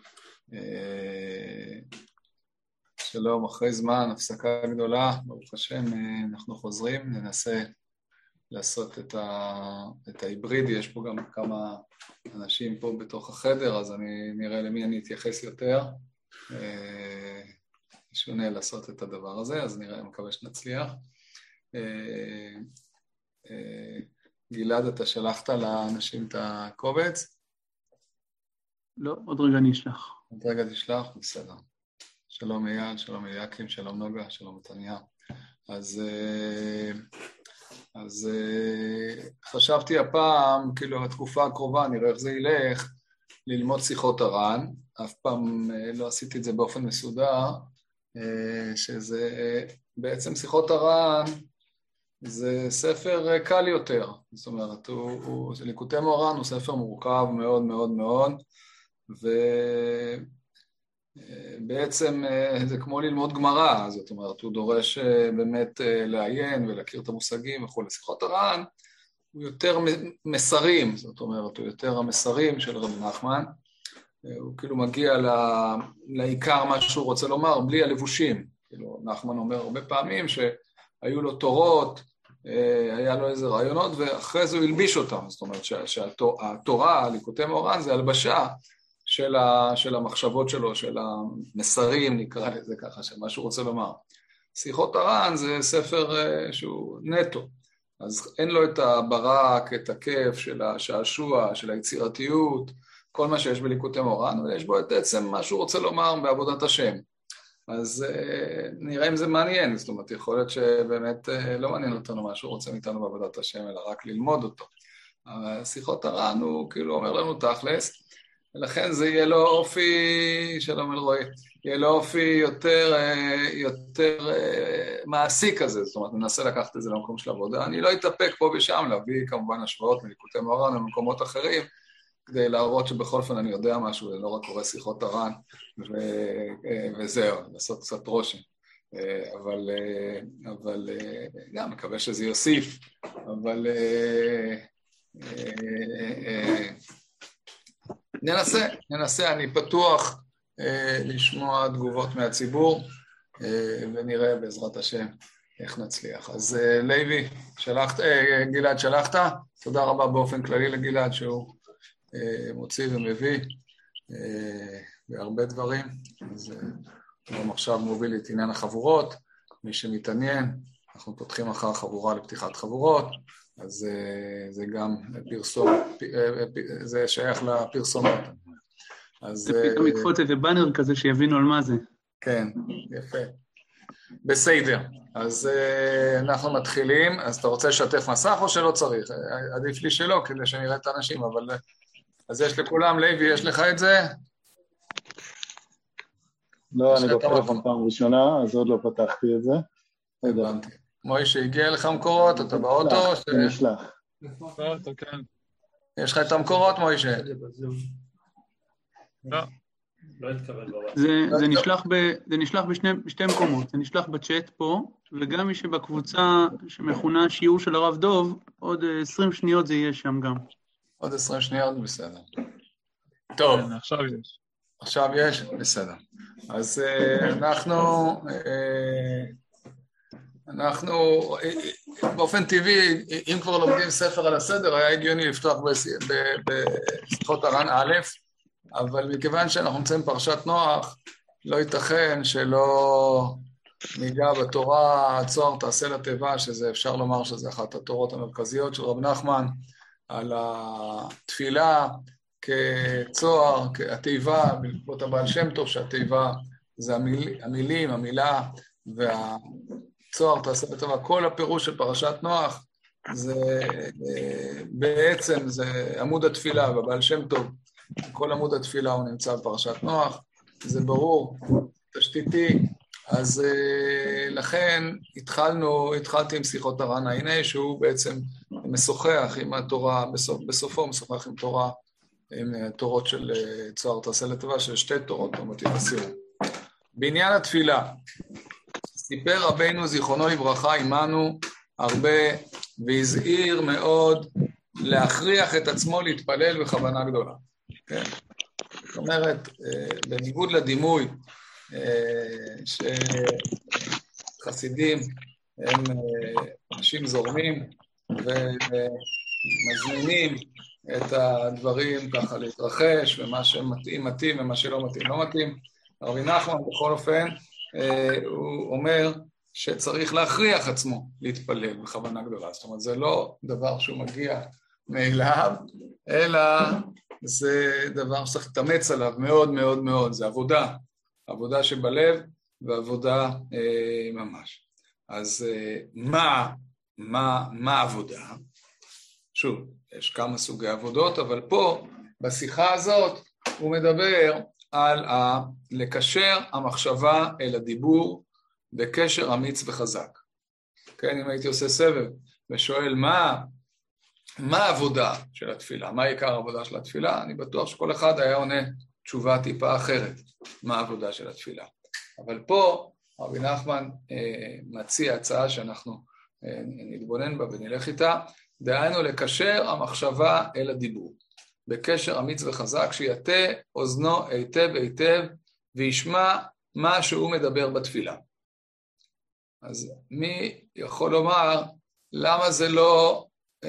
שלום, אחרי זמן, הפסקה גדולה, ברוך השם, אנחנו חוזרים, ננסה לעשות את ההיבריד, יש פה גם כמה אנשים פה בתוך החדר, אז אני נראה למי אני אתייחס יותר. שונה לעשות את הדבר הזה, אז נראה, מקווה שנצליח. גלעד, אתה שלחת לאנשים את הקובץ? לא, עוד רגע אני אשלח. עוד רגע תשלח, בסדר. שלום אייל, שלום אליקים, שלום נוגה, שלום מתניה. אז חשבתי הפעם, כאילו התקופה הקרובה, נראה איך זה ילך, ללמוד שיחות הר"ן. אף פעם לא עשיתי את זה באופן מסודר, שזה בעצם שיחות הר"ן, זה ספר קל יותר. זאת אומרת, ליקוטי מוהר"ן הוא ספר מורכב מאוד מאוד מאוד, ובעצם זה כמו ללמוד גמרא, זאת אומרת, הוא דורש באמת לעיין ולהכיר את המושגים וכו'. שיחות הר"ן הוא יותר מסרים, זאת אומרת, הוא יותר המסרים של רבי נחמן, הוא כאילו מגיע לעיקר מה שהוא רוצה לומר, בלי הלבושים. כאילו, נחמן אומר הרבה פעמים שהיו לו תורות, היה לו איזה רעיונות, ואחרי זה הוא הלביש אותם. זאת אומרת שהתורה, ליקוטי מוהר"ן, זה הלבשה של המחשבות שלו, של המסרים, נקרא לזה ככה, של מה שהוא רוצה לומר. שיחות הר"ן זה ספר שהוא נטו, אז אין לו את הברק, את הכיף של השעשוע, של היצירתיות, כל מה שיש בליקוטי מוהר"ן, ויש בו את עצם מה שהוא רוצה לומר בעבודת השם. אז נראה אם זה מעניין, זאת אומרת, יכול להיות שבאמת לא מעניין אותנו מה שהוא רוצה מאיתנו בעבודת השם, אלא רק ללמוד אותו. שיחות הר"ן הוא כאילו אומר לנו תכלס, ולכן זה יהיה לו אופי, שלום אלרועי, יהיה לו אופי יותר מעשי כזה, זאת אומרת, ננסה לקחת את זה למקום של עבודה. אני לא אתאפק פה ושם, להביא כמובן השוואות מליקוטי מוהר"ן למקומות אחרים, כדי להראות שבכל אופן אני יודע משהו, ולא רק קורא שיחות הר"ן, וזהו, לעשות קצת רושם. אבל גם מקווה שזה יוסיף, אבל ננסה, אני פתוח לשמוע תגובות מהציבור, ונראה בעזרת השם איך נצליח. אז לוי, גלעד שלחת? תודה רבה באופן כללי לגלעד שהוא מוציא ומביא בהרבה דברים. אז גם עכשיו מוביל את עניין החבורות, מי שמתעניין, אנחנו פותחים אחר חבורה לפתיחת חבורות, אז זה גם פרסום, זה שייך לפרסומות. זה פתאום יקפוץ איזה בנר כזה שיבינו על מה זה. כן, יפה. בסדר, אז אנחנו מתחילים. אז אתה רוצה לשתף מסך או שלא צריך? עדיף לי שלא, כדי שנראה את האנשים, אבל אז יש לכולם. לוי, יש לך את זה? לא, אני בפלאפון פעם ראשונה, אז עוד לא פתחתי את זה. הבנתי. מוישה, הגיע לך מקורות? אתה באוטו? נשלח. כן. יש לך את המקורות, מוישה? לא. זה נשלח בשתי מקומות. זה נשלח בצ'אט פה, וגם מי שבקבוצה שמכונה שיעור של הרב דוב, עוד 20 שניות זה יהיה שם גם. עוד 20 שניות, בסדר. טוב. עכשיו יש? בסדר. אז אנחנו באופן טבעי, אם כבר לומדים ספר על הסדר, היה הגיוני לפתוח בשיחות הר"ן א', אבל מכיוון שאנחנו נמצאים פרשת נוח, לא ייתכן שלא ניגע בתורה צוהר תעשה לתיבה, שזה אפשר לומר שזה אחת התורות המרכזיות של רב נחמן, על התפילה כצוהר, התיבה, בלכות הבעל שם טוב, שהתיבה זה המילים, המילה, והצוהר תעשה לתיבה, כל הפירוש של פרשת נוח, זה בעצם זה עמוד התפילה, בבעל שם טוב, כל עמוד התפילה הוא נמצא בפרשת נוח, זה ברור, תשתיתי. אז לכן התחלתי עם שיחות הר"ן העיני, שהוא בעצם משוחח עם התורה, בסופו משוחח עם תורה, עם תורות של צוהר תעשה לטובה, של שתי תורות, בעניין התפילה, סיפר רבינו זיכרונו לברכה עמנו הרבה, והזהיר מאוד להכריח את עצמו להתפלל בכוונה גדולה. כן? זאת אומרת, בניגוד לדימוי שחסידים הם אנשים זורמים ומזמינים את הדברים ככה להתרחש, ומה שמתאים מתאים ומה שלא מתאים לא מתאים. רבי נחמן בכל אופן הוא אומר שצריך להכריח עצמו להתפלל בכוונה גדולה. זאת אומרת, זה לא דבר שהוא מגיע מאליו, אלא זה דבר שצריך להתאמץ עליו מאוד מאוד מאוד. זה עבודה, עבודה שבלב ועבודה ממש. אז מה עבודה? שוב, יש כמה סוגי עבודות, אבל פה בשיחה הזאת הוא מדבר על לקשר המחשבה אל הדיבור בקשר אמיץ וחזק. כן, אם הייתי עושה סבב ושואל מה העבודה של התפילה, מה עיקר העבודה של התפילה, אני בטוח שכל אחד היה עונה תשובה טיפה אחרת, מה העבודה של התפילה. אבל פה רבי נחמן מציע הצעה שאנחנו נתבונן בה ונלך איתה, דהיינו לקשר המחשבה אל הדיבור, בקשר אמיץ וחזק, שיטה אוזנו היטב היטב וישמע מה שהוא מדבר בתפילה. אז מי יכול לומר למה זה לא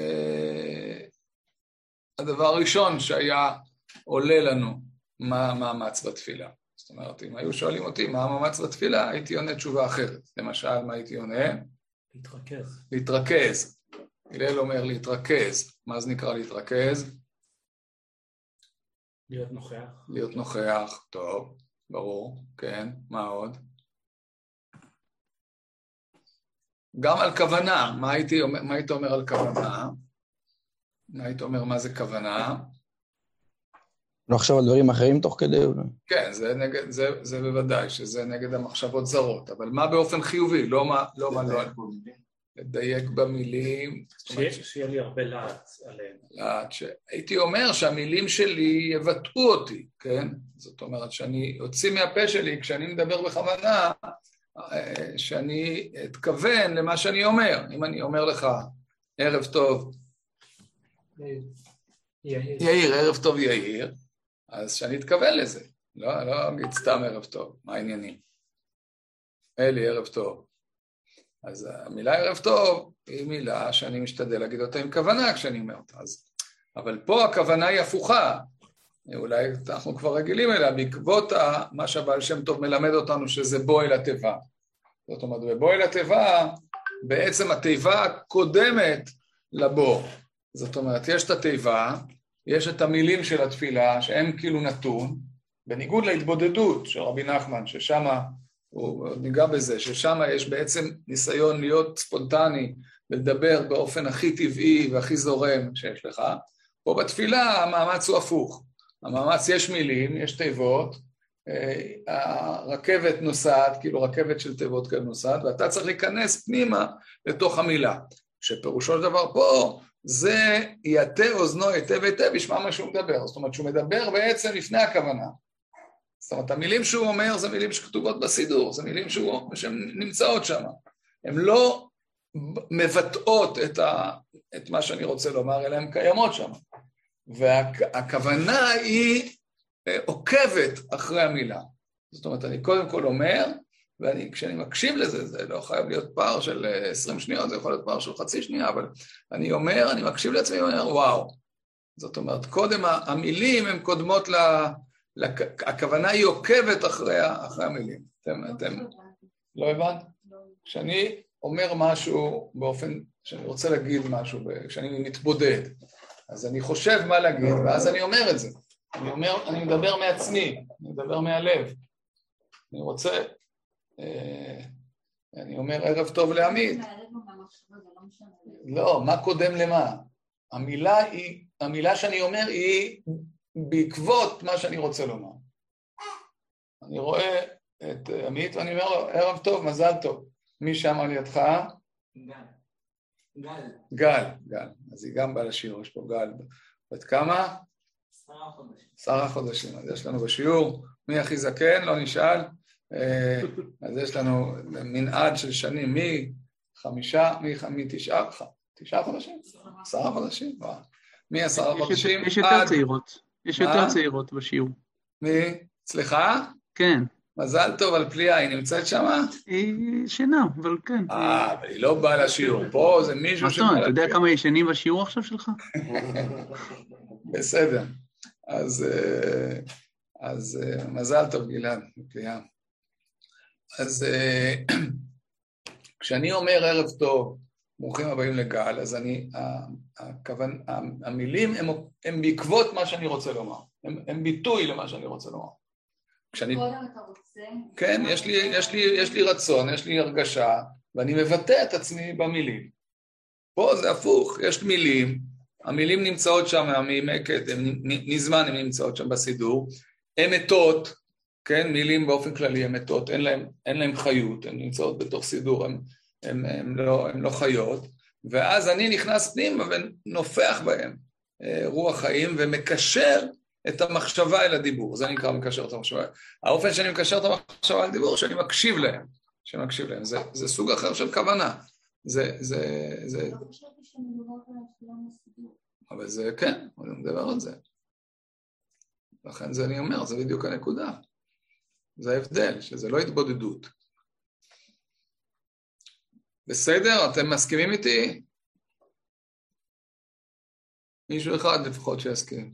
הדבר הראשון שהיה עולה לנו מה המאמץ בתפילה? זאת אומרת, אם היו שואלים אותי מה המאמץ בתפילה, הייתי עונה תשובה אחרת. למשל, מה הייתי עונה? להתרכז. הלל אומר להתרכז. מה זה נקרא להתרכז? להיות נוכח. להיות נוכח, טוב, ברור, כן, מה עוד? גם על כוונה, מה היית אומר על כוונה? מה היית אומר מה זה כוונה? לא חשב על דברים אחרים תוך כדי? כן, זה בוודאי, שזה נגד המחשבות זרות, אבל מה באופן חיובי? לא מה לא. לדייק במילים. שיהיה לי הרבה לאט עליהם. לאט, הייתי אומר שהמילים שלי יבטאו אותי, כן? זאת אומרת שאני אוציא מהפה שלי, כשאני מדבר בכוונה, שאני אתכוון למה שאני אומר. אם אני אומר לך, ערב טוב, יאיר, ערב טוב יאיר, אז שאני אתכוון לזה. לא אגיד סתם ערב טוב, מה העניינים? אלי, ערב טוב. אז המילה ערב טוב היא מילה שאני משתדל להגיד אותה עם כוונה כשאני אומר אותה. אבל פה הכוונה היא הפוכה. אולי אנחנו כבר רגילים אליה, בעקבות מה שהבעל שם טוב מלמד אותנו שזה בוא אל התיבה. זאת אומרת, בבוא אל התיבה, בעצם התיבה קודמת לבוא. זאת אומרת, יש את התיבה, יש את המילים של התפילה, שהם כאילו נתון, בניגוד להתבודדות של רבי נחמן, ששמה, הוא ניגע בזה, ששמה יש בעצם ניסיון להיות ספונטני, ולדבר באופן הכי טבעי והכי זורם שיש לך. פה בתפילה המאמץ הוא הפוך. המאמץ יש מילים, יש תיבות, הרכבת נוסעת, כאילו רכבת של תיבות כאלה נוסעת, ואתה צריך להיכנס פנימה לתוך המילה. שפירושו של דבר פה, זה יטה אוזנו היטב היטב, ישמע מה שהוא מדבר. זאת אומרת, שהוא מדבר בעצם לפני הכוונה. זאת אומרת, המילים שהוא אומר זה מילים שכתובות בסידור, זה מילים שהן נמצאות שם. הן לא מבטאות את מה שאני רוצה לומר, אלא הן קיימות שם. והכוונה היא עוקבת אחרי המילה. זאת אומרת, אני קודם כל אומר, וכשאני מקשיב לזה, זה לא חייב להיות פער של 20 שניות, זה יכול להיות פער של חצי שנייה, אבל אני אומר, אני מקשיב לעצמי ואומר, וואו. זאת אומרת, קודם המילים הן קודמות הכוונה היא עוקבת אחרי המילים. אתם לא הבנת? כשאני אומר משהו באופן, שאני רוצה להגיד משהו, כשאני מתבודד, אז אני חושב מה להגיד, ואז אני אומר את זה. אני מדבר מעצמי, אני מדבר מהלב. אני רוצה, אני אומר ערב טוב לעמית. לא, מה קודם למה? המילה שאני אומר היא בעקבות מה שאני רוצה לומר. אני רואה את עמית ואני אומר לו, ערב טוב, מזל טוב. מי שם על ידך? גל. אז היא גם באה לשיעור, יש פה גל. בת כמה? 10 חודשים. אז יש לנו בשיעור, מי הכי זקן? לא נשאל. אז יש לנו מנעד של שנים, מ9 חודשים? 10 חודשים? מ10 חודשים עד... יש יותר צעירות. יש יותר צעירות בשיעור. מי? סליחה? כן. מזל טוב על פליאה, היא נמצאת שמה? היא שינה, אבל כן. אבל היא לא באה לשיעור. פה זה מישהו שבא מסון, אתה יודע כמה ישנים בשיעור עכשיו שלך? בסדר. אז מזל טוב, גלעד, פליאה. אז כשאני אומר ערב טוב, ברוכים הבאים לגל, אז המילים הם בעקבות מה שאני רוצה לומר. הם ביטוי למה שאני רוצה לומר. קודם אתה רוצה? כן, יש לי רצון, יש לי הרגשה, ואני מבטא את עצמי במילים. פה זה הפוך, יש מילים, המילים נמצאות שם מעמקת, מזמן הן נמצאות שם בסידור, הן מתות, כן, מילים באופן כללי הן מתות, אין להם חיות, הן נמצאות בתוך סידור, הן לא חיות, ואז אני נכנס פנימה ונופח בהם רוח חיים ומקשר את המחשבה אל הדיבור, זה נקרא מקשר את המחשבה. האופן שאני מקשר את המחשבה אל הדיבור, שאני מקשיב להם, זה סוג אחר של כוונה. אבל זה כן, אני מדבר על זה. לכן זה אני אומר, זה בדיוק הנקודה. זה ההבדל, שזה לא התבודדות. בסדר? אתם מסכימים איתי? מישהו אחד לפחות שיסכים.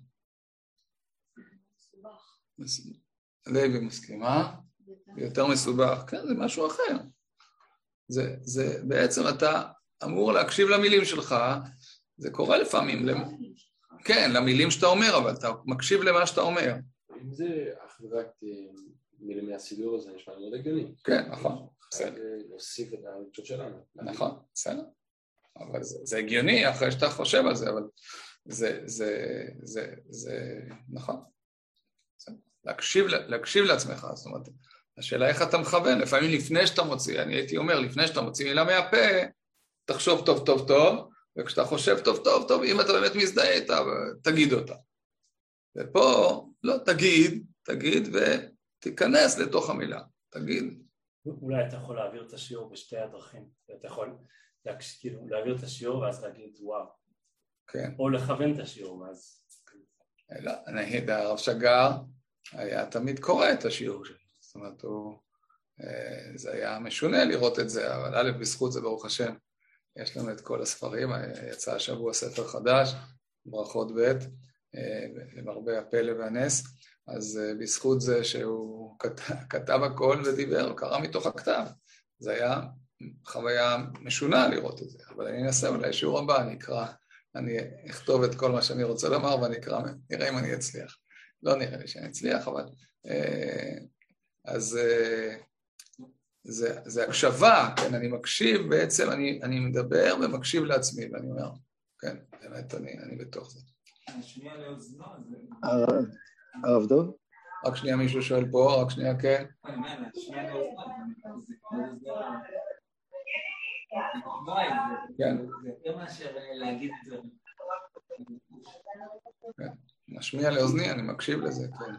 לוי מסכים, אה? יותר מסובך. כן, זה משהו אחר. זה בעצם אתה אמור להקשיב למילים שלך, זה קורה לפעמים, כן, למילים שאתה אומר, אבל אתה מקשיב למה שאתה אומר. אם זה רק מילים מהסידור הזה, נשמע מאוד הגיוני. כן, נכון. להוסיף את הרגשות שלנו. נכון, בסדר. אבל זה הגיוני אחרי שאתה חושב על זה, אבל זה נכון. להקשיב לעצמך, זאת אומרת, השאלה איך אתה מכוון, לפעמים לפני שאתה מוציא, אני הייתי אומר, לפני שאתה מוציא מילה מהפה, תחשוב טוב טוב טוב, וכשאתה חושב טוב טוב טוב, אם אתה באמת מזדהה איתה, תגיד אותה. ופה, לא, תגיד ותיכנס לתוך המילה, תגיד. אולי אתה יכול להעביר את השיעור בשתי הדרכים, אתה יכול להעביר את השיעור ואז להגיד וואו, כן. או לכוון את השיעור ואז... לא, הרב שגר היה תמיד קורא את השיעור שלו, זאת אומרת, זה היה משונה לראות את זה, אבל א', בזכות זה ברוך השם, יש לנו את כל הספרים, יצא השבוע ספר חדש, ברכות ב', עם הרבה הפלא והנס, אז בזכות זה שהוא כתב הכל ודיבר, הוא קרא מתוך הכתב, זה היה חוויה משונה לראות את זה, אבל אני אנסה אולי שיעור הבא, אני אכתוב את כל מה שאני רוצה לומר ואני אקרא, נראה אם אני אצליח. לא נראה לי שאני אצליח, אבל... אז זה הקשבה, כן, אני מקשיב, בעצם אני מדבר ומקשיב לעצמי, ואני אומר, כן, באמת אני בתוך זה. השנייה לאוזנו, הרב דוב? רק שנייה מישהו שואל פה, רק שנייה, כן. השנייה לאוזנו, זה כן. זה יותר מאשר להגיד את זה. כן, משמיע לאוזני, אני מקשיב לזה, כן.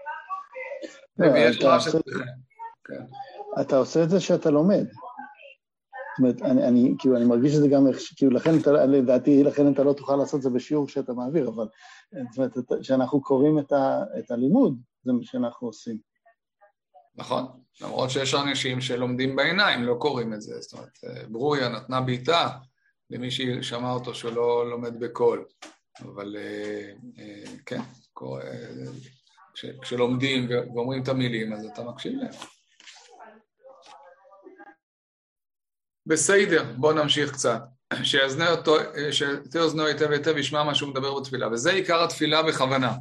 אתה עושה את זה שאתה לומד. זאת אומרת, אני מרגיש שזה גם, כאילו לכן, לדעתי, לכן אתה לא תוכל לעשות את זה בשיעור שאתה מעביר, אבל זאת אומרת, שאנחנו קוראים את הלימוד, זה מה שאנחנו עושים. נכון, למרות שיש אנשים שלומדים בעיניים, לא קוראים את זה, זאת אומרת, ברוריה נתנה בעיטה למי ששמע אותו שלא לומד בקול, אבל כן, כשלומדים ואומרים את המילים, אז אתה מקשיב להם. בסדר, בואו נמשיך קצת. שתהיה אוזנו היטב היטב ישמע מה שהוא מדבר בתפילה, וזה עיקר התפילה בכוונה.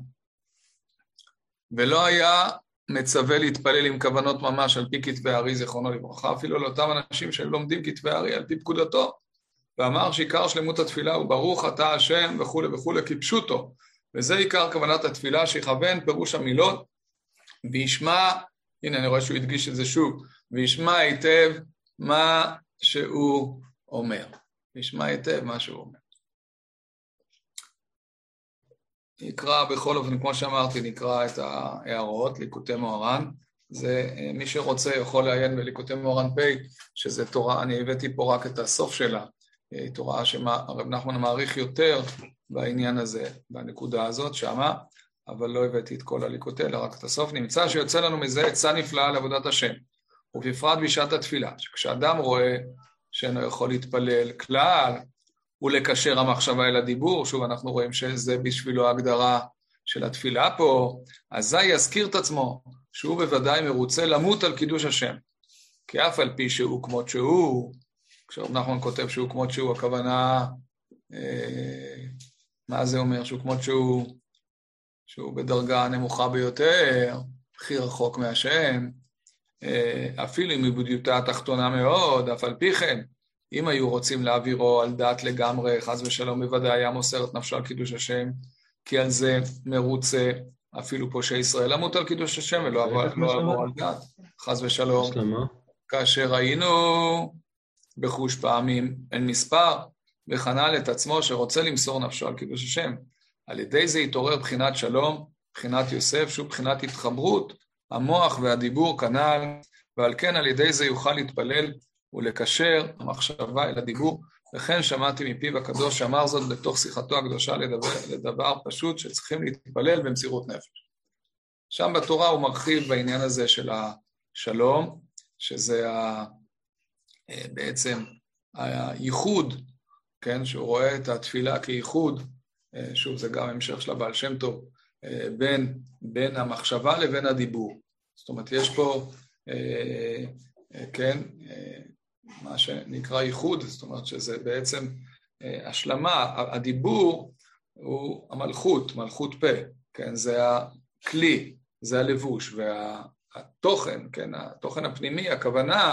ולא היה מצווה להתפלל עם כוונות ממש על פי כתבי הארי זיכרונו לברכה, אפילו לאותם אנשים שהם לומדים כתבי הארי על פי פקודתו, ואמר שעיקר שלמות התפילה הוא ברוך אתה השם וכו' וכו' כפשוטו, וזה עיקר כוונת התפילה שיכוון פירוש המילות, וישמע, הנה אני רואה שהוא הדגיש את זה שוב, וישמע היטב מה שהוא אומר. וישמע היטב מה שהוא אומר. נקרא בכל אופן, כמו שאמרתי, נקרא את ההערות, ליקוטי מוהר"ן. זה מי שרוצה יכול לעיין בליקוטי מוהר"ן פ', שזה תורה, אני הבאתי פה רק את הסוף שלה, תורה שהרב נחמן מעריך יותר בעניין הזה, בנקודה הזאת, שמה, אבל לא הבאתי את כל הליקוטי, אלא רק את הסוף. נמצא שיוצא לנו מזה עצה נפלאה לעבודת השם, ובפרט בשעת התפילה, שכשאדם רואה שאינו יכול להתפלל כלל, ולקשר המחשבה אל הדיבור, שוב אנחנו רואים שזה בשבילו ההגדרה של התפילה פה, אזי יזכיר את עצמו, שהוא בוודאי מרוצה למות על קידוש השם, כי אף על פי שהוא כמות שהוא, כשרב נחמן כותב שהוא כמות שהוא, הכוונה, מה זה אומר? שהוא כמות שהוא בדרגה הנמוכה ביותר, הכי רחוק מהשם, אפילו אם עבודיותה התחתונה מאוד, אף על פי כן, אם היו רוצים להעבירו על דעת לגמרי, חס ושלום בוודאי היה מוסר את נפשו על קידוש השם, כי על זה מרוצה אפילו פושעי ישראל למות על קידוש השם, ולא עבור על דעת, חס ושלום. כאשר היינו בחוש פעמים אין מספר, וחנל את עצמו שרוצה למסור נפשו על קידוש השם. על ידי זה יתעורר בחינת שלום, בחינת יוסף, שהוא בחינת התחברות, המוח והדיבור כנ"ל, ועל כן על ידי זה יוכל להתפלל ולקשר המחשבה אל הדיבור, וכן שמעתי מפיו הקדוש שאמר זאת בתוך שיחתו הקדושה לדבר פשוט שצריכים להתפלל במסירות נפש. שם בתורה הוא מרחיב בעניין הזה של השלום, שזה בעצם הייחוד, כן, שהוא רואה את התפילה כייחוד, שוב זה גם המשך של הבעל שם טוב, בין המחשבה לבין הדיבור. זאת אומרת, יש פה, כן, מה שנקרא ייחוד, זאת אומרת שזה בעצם השלמה, הדיבור הוא המלכות, מלכות פה, כן, זה הכלי, זה הלבוש, והתוכן, כן, התוכן הפנימי, הכוונה,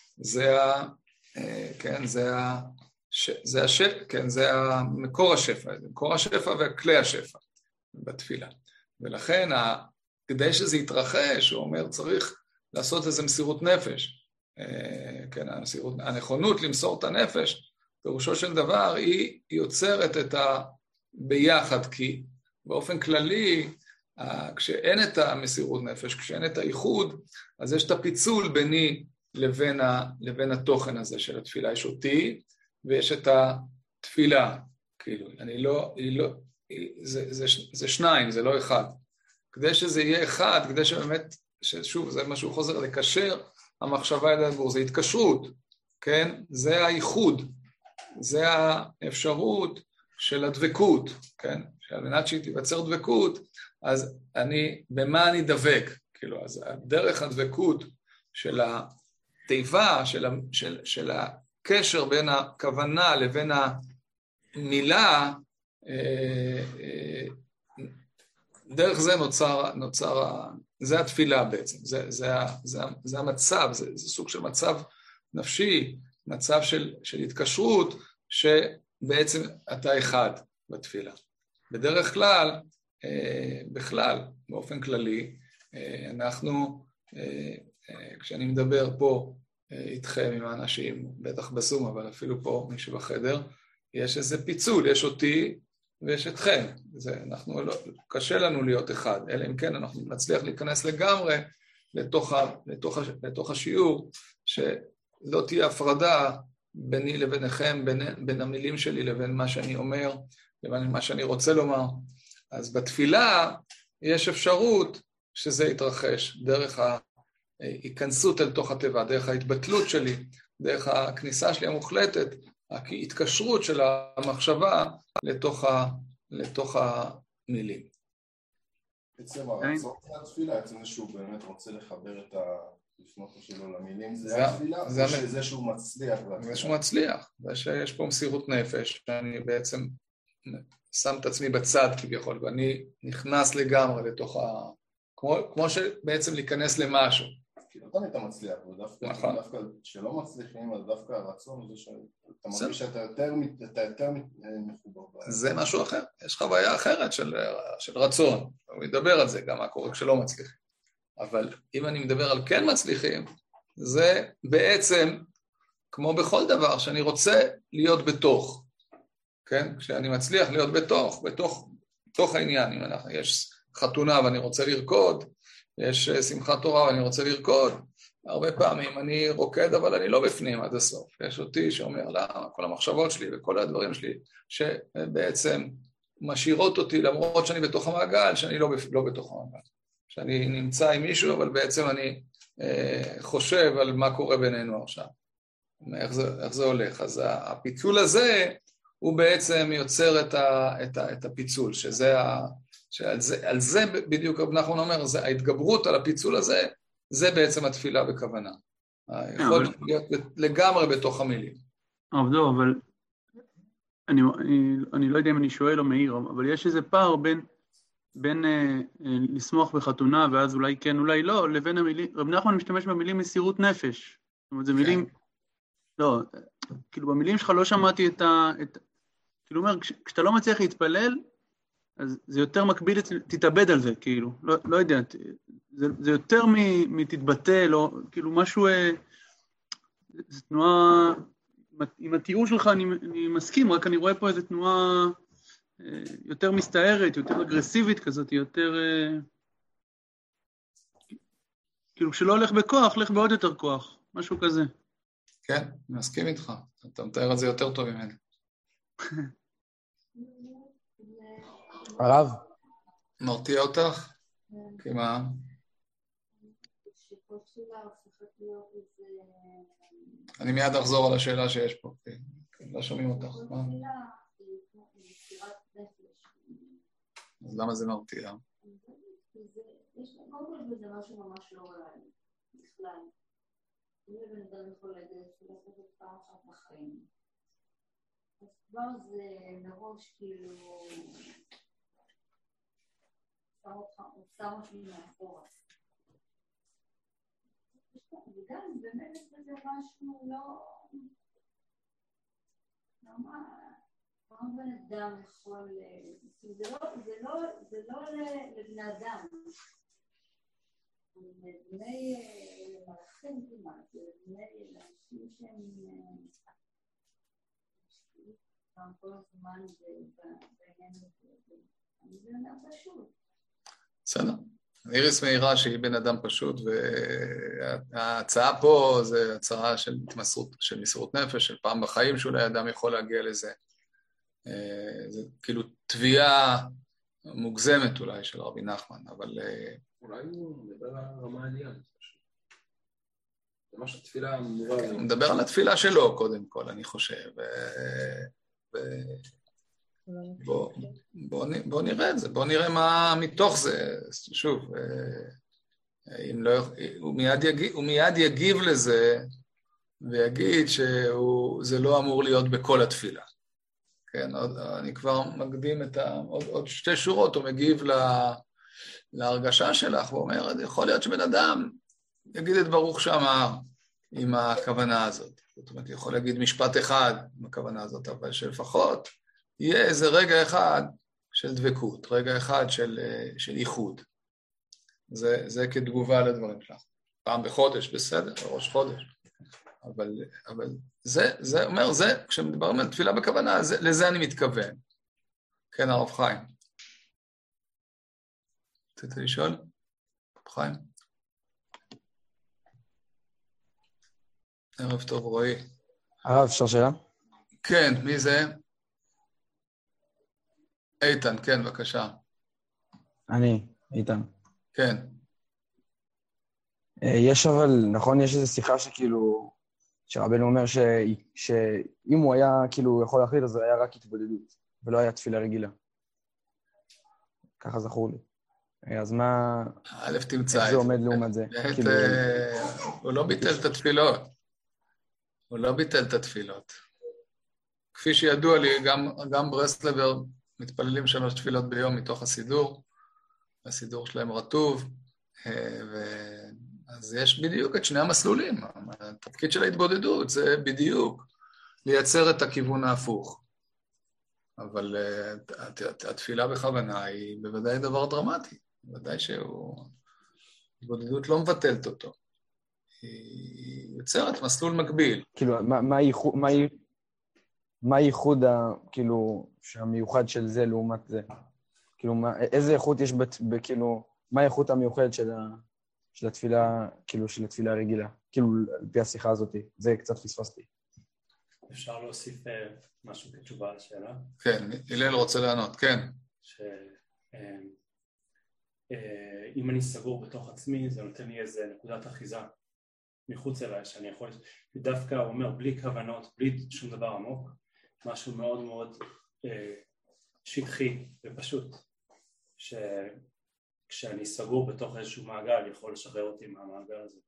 זה מקור השפע, זה מקור השפע וכלי השפע בתפילה. ולכן, כדי שזה יתרחש, הוא אומר, צריך לעשות איזה מסירות נפש. כן, הנכונות למסור את הנפש, פירושו של דבר, היא יוצרת את ביחד, כי באופן כללי, כשאין את המסירות נפש, כשאין את הייחוד, אז יש את הפיצול ביני לבין התוכן הזה של התפילה. יש אותי, ויש את התפילה, כאילו, זה שניים, זה לא אחד. כדי שזה יהיה אחד, כדי שבאמת, שוב, זה משהו חוזר לקשר, המחשבה אל הדיבור, זה התקשרות, כן? זה הייחוד, זה האפשרות של הדבקות, כן? שעל מנת שהיא תיווצר דבקות, אז במה אני דבק? כאילו, אז דרך הדבקות של התיבה, של הקשר בין הכוונה לבין המילה, דרך זה נוצר, זה התפילה בעצם, זה המצב, זה סוג של מצב נפשי, מצב של התקשרות, שבעצם אתה אחד בתפילה. בדרך כלל, בכלל, באופן כללי, אנחנו, כשאני מדבר פה איתכם עם האנשים, בטח בזום, אבל אפילו פה מישהו בחדר, יש איזה פיצול, יש אותי ויש אתכם. קשה לנו להיות אחד, אלא אם כן אנחנו נצליח להיכנס לגמרי לתוך השיעור, שלא תהיה הפרדה ביני לביניכם, בין המילים שלי לבין מה שאני אומר, לבין מה שאני רוצה לומר. אז בתפילה יש אפשרות שזה יתרחש דרך ההיכנסות אל תוך הטבע, דרך ההתבטלות שלי, דרך הכניסה שלי המוחלטת, ההתקשרות של המחשבה לתוך המילים. בעצם הרצון התפילה, עצם זה שהוא באמת רוצה לחבר את לפנות שלו למילים, זה התפילה, או שזה שהוא מצליח? זה שהוא מצליח, זה שיש פה מסירות נפש, שאני בעצם שם את עצמי בצד כביכול, ואני נכנס לגמרי לתוך כמו שבעצם להיכנס למשהו. כי לא תמיד אתה מצליח, ודווקא שלא מצליחים, אז דווקא הרצון זה שאתה מרגיש שאתה יותר מחובר. זה משהו אחר, יש חוויה אחרת של רצון, הוא ידבר על זה גם מה קורה כשלא מצליחים. אבל אם אני מדבר על כן מצליחים, זה בעצם כמו בכל דבר שאני רוצה להיות בתוך, כן? כשאני מצליח להיות בתוך העניין, אם יש חתונה ואני רוצה לרקוד, יש שמחת תורה ואני רוצה לרקוד, הרבה פעמים אני רוקד אבל אני לא בפנים עד הסוף, יש אותי שאומר לה, כל המחשבות שלי וכל הדברים שלי, שבעצם משאירות אותי, למרות שאני בתוך המעגל, שאני לא בתוך המעגל. שאני נמצא עם מישהו, אבל בעצם אני חושב על מה קורה בינינו עכשיו. איך זה הולך. אז הפיצול הזה, הוא בעצם יוצר את הפיצול, שעל זה בדיוק רב נחמן אומר, ההתגברות על הפיצול הזה, זה בעצם התפילה בכוונה. יכול להיות לגמרי בתוך המילים. לא, אבל אני לא יודע אם אני שואל או מעיר, אבל יש איזה פער בין לשמוח בחתונה, ואז אולי כן, אולי לא, לבין המילים, רב נחמן משתמש במילים מסירות נפש. זאת אומרת, זה מילים, לא, כאילו במילים שלך לא שמעתי כאילו אומר, כשאתה לא מצליח להתפלל, אז זה יותר מקביל, תתאבד על זה, כאילו, לא יודע, זה יותר מתתבטל, או כאילו משהו, זו תנועה, עם התיאור שלך אני מסכים, רק אני רואה פה איזו תנועה יותר מסתערת, יותר אגרסיבית כזאת, יותר, כאילו כשלא הולך בכוח, הולך בעוד יותר כוח, משהו כזה. כן, אני מסכים איתך, אתה מתאר את זה יותר טוב ממני. הרב? מרתיע אותך? כמה? אני מיד אחזור על השאלה שיש פה, לא שומעים אותך. אז למה זה מרתיע? זה משהו ממש לא ריאלי, בכלל. אם בן אדם יכול לעשות פעם אחת בחיים. אז כבר זה מראש כאילו... שם משהו מאחורה. וגם באמת זה משהו לא... מה בן אדם יכול... זה לא לבני אדם. לבני מלאכים כמעט, לבני אנשים שהם... גם כל הזמן בעניין הזה. אני בן אדם פשוט. בסדר. איריס מאירה שהיא בן אדם פשוט, וההצעה פה זה הצעה של מסירות נפש, של פעם בחיים שאולי אדם יכול להגיע לזה. זה כאילו תביעה מוגזמת אולי של רבי נחמן, אבל... אולי הוא מדבר על הרמה העלייה. זה מה שהתפילה אמורה... הוא מדבר על התפילה שלו קודם כל, אני חושב. בוא נראה את זה, בוא נראה מה מתוך זה, שוב, הוא מיד יגיב לזה ויגיד שזה לא אמור להיות בכל התפילה. כן, אני כבר מקדים עוד שתי שורות, הוא מגיב להרגשה שלך, ואומר, יכול להיות שבן אדם יגיד את ברוך שאמר עם הכוונה הזאת. זאת אומרת, יכול להגיד משפט אחד עם הכוונה הזאת, אבל שלפחות יהיה איזה רגע אחד של דבקות, רגע אחד של איחוד. זה כתגובה לדברים שלך. פעם בחודש, בסדר, בראש חודש. אבל זה אומר, כשמדברים על תפילה בכוונה, לזה אני מתכוון. כן, הרב חיים. רציתי לשאול? הרב חיים? ערב טוב, רועי. הרב, אפשר שאלה? כן, מי זה? איתן, כן, בבקשה. אני, איתן. כן. יש אבל, נכון, יש איזו שיחה שכאילו, שרבנו אומר שאם הוא היה כאילו יכול להחליט, אז זה היה רק התבודדות, ולא היה תפילה רגילה. ככה זכור לי. אז מה... א' תמצא איך זה עומד לעומת זה? הוא לא ביטל את התפילות. הוא לא ביטל את התפילות. כפי שידוע לי, גם ברסלבר מתפללים 3 תפילות ביום מתוך הסידור. הסידור שלהם רטוב, אז יש בדיוק את שני המסלולים. התפקיד של ההתבודדות זה בדיוק לייצר את הכיוון ההפוך. אבל התפילה בכוונה היא בוודאי דבר דרמטי. בוודאי שהתבודדות לא מבטלת אותו. היא יוצרת מסלול מקביל. כאילו, מה הייחוד, כאילו, שהמיוחד של זה לעומת זה? כאילו, איזה איכות יש כאילו, מה האיכות המיוחדת של התפילה, כאילו, של התפילה הרגילה? כאילו, על פי השיחה הזאת, זה קצת פספסתי. אפשר להוסיף משהו כתשובה לשאלה? כן, הלל רוצה לענות, כן. אם אני סגור בתוך עצמי, זה נותן לי איזה נקודת אחיזה מחוץ אליי, שאני יכול, דווקא הוא אומר, בלי כוונות, בלי שום דבר עמוק, משהו מאוד מאוד שטחי ופשוט, שכשאני סגור בתוך איזשהו מעגל, יכול לשחרר אותי מהמעגל הזה.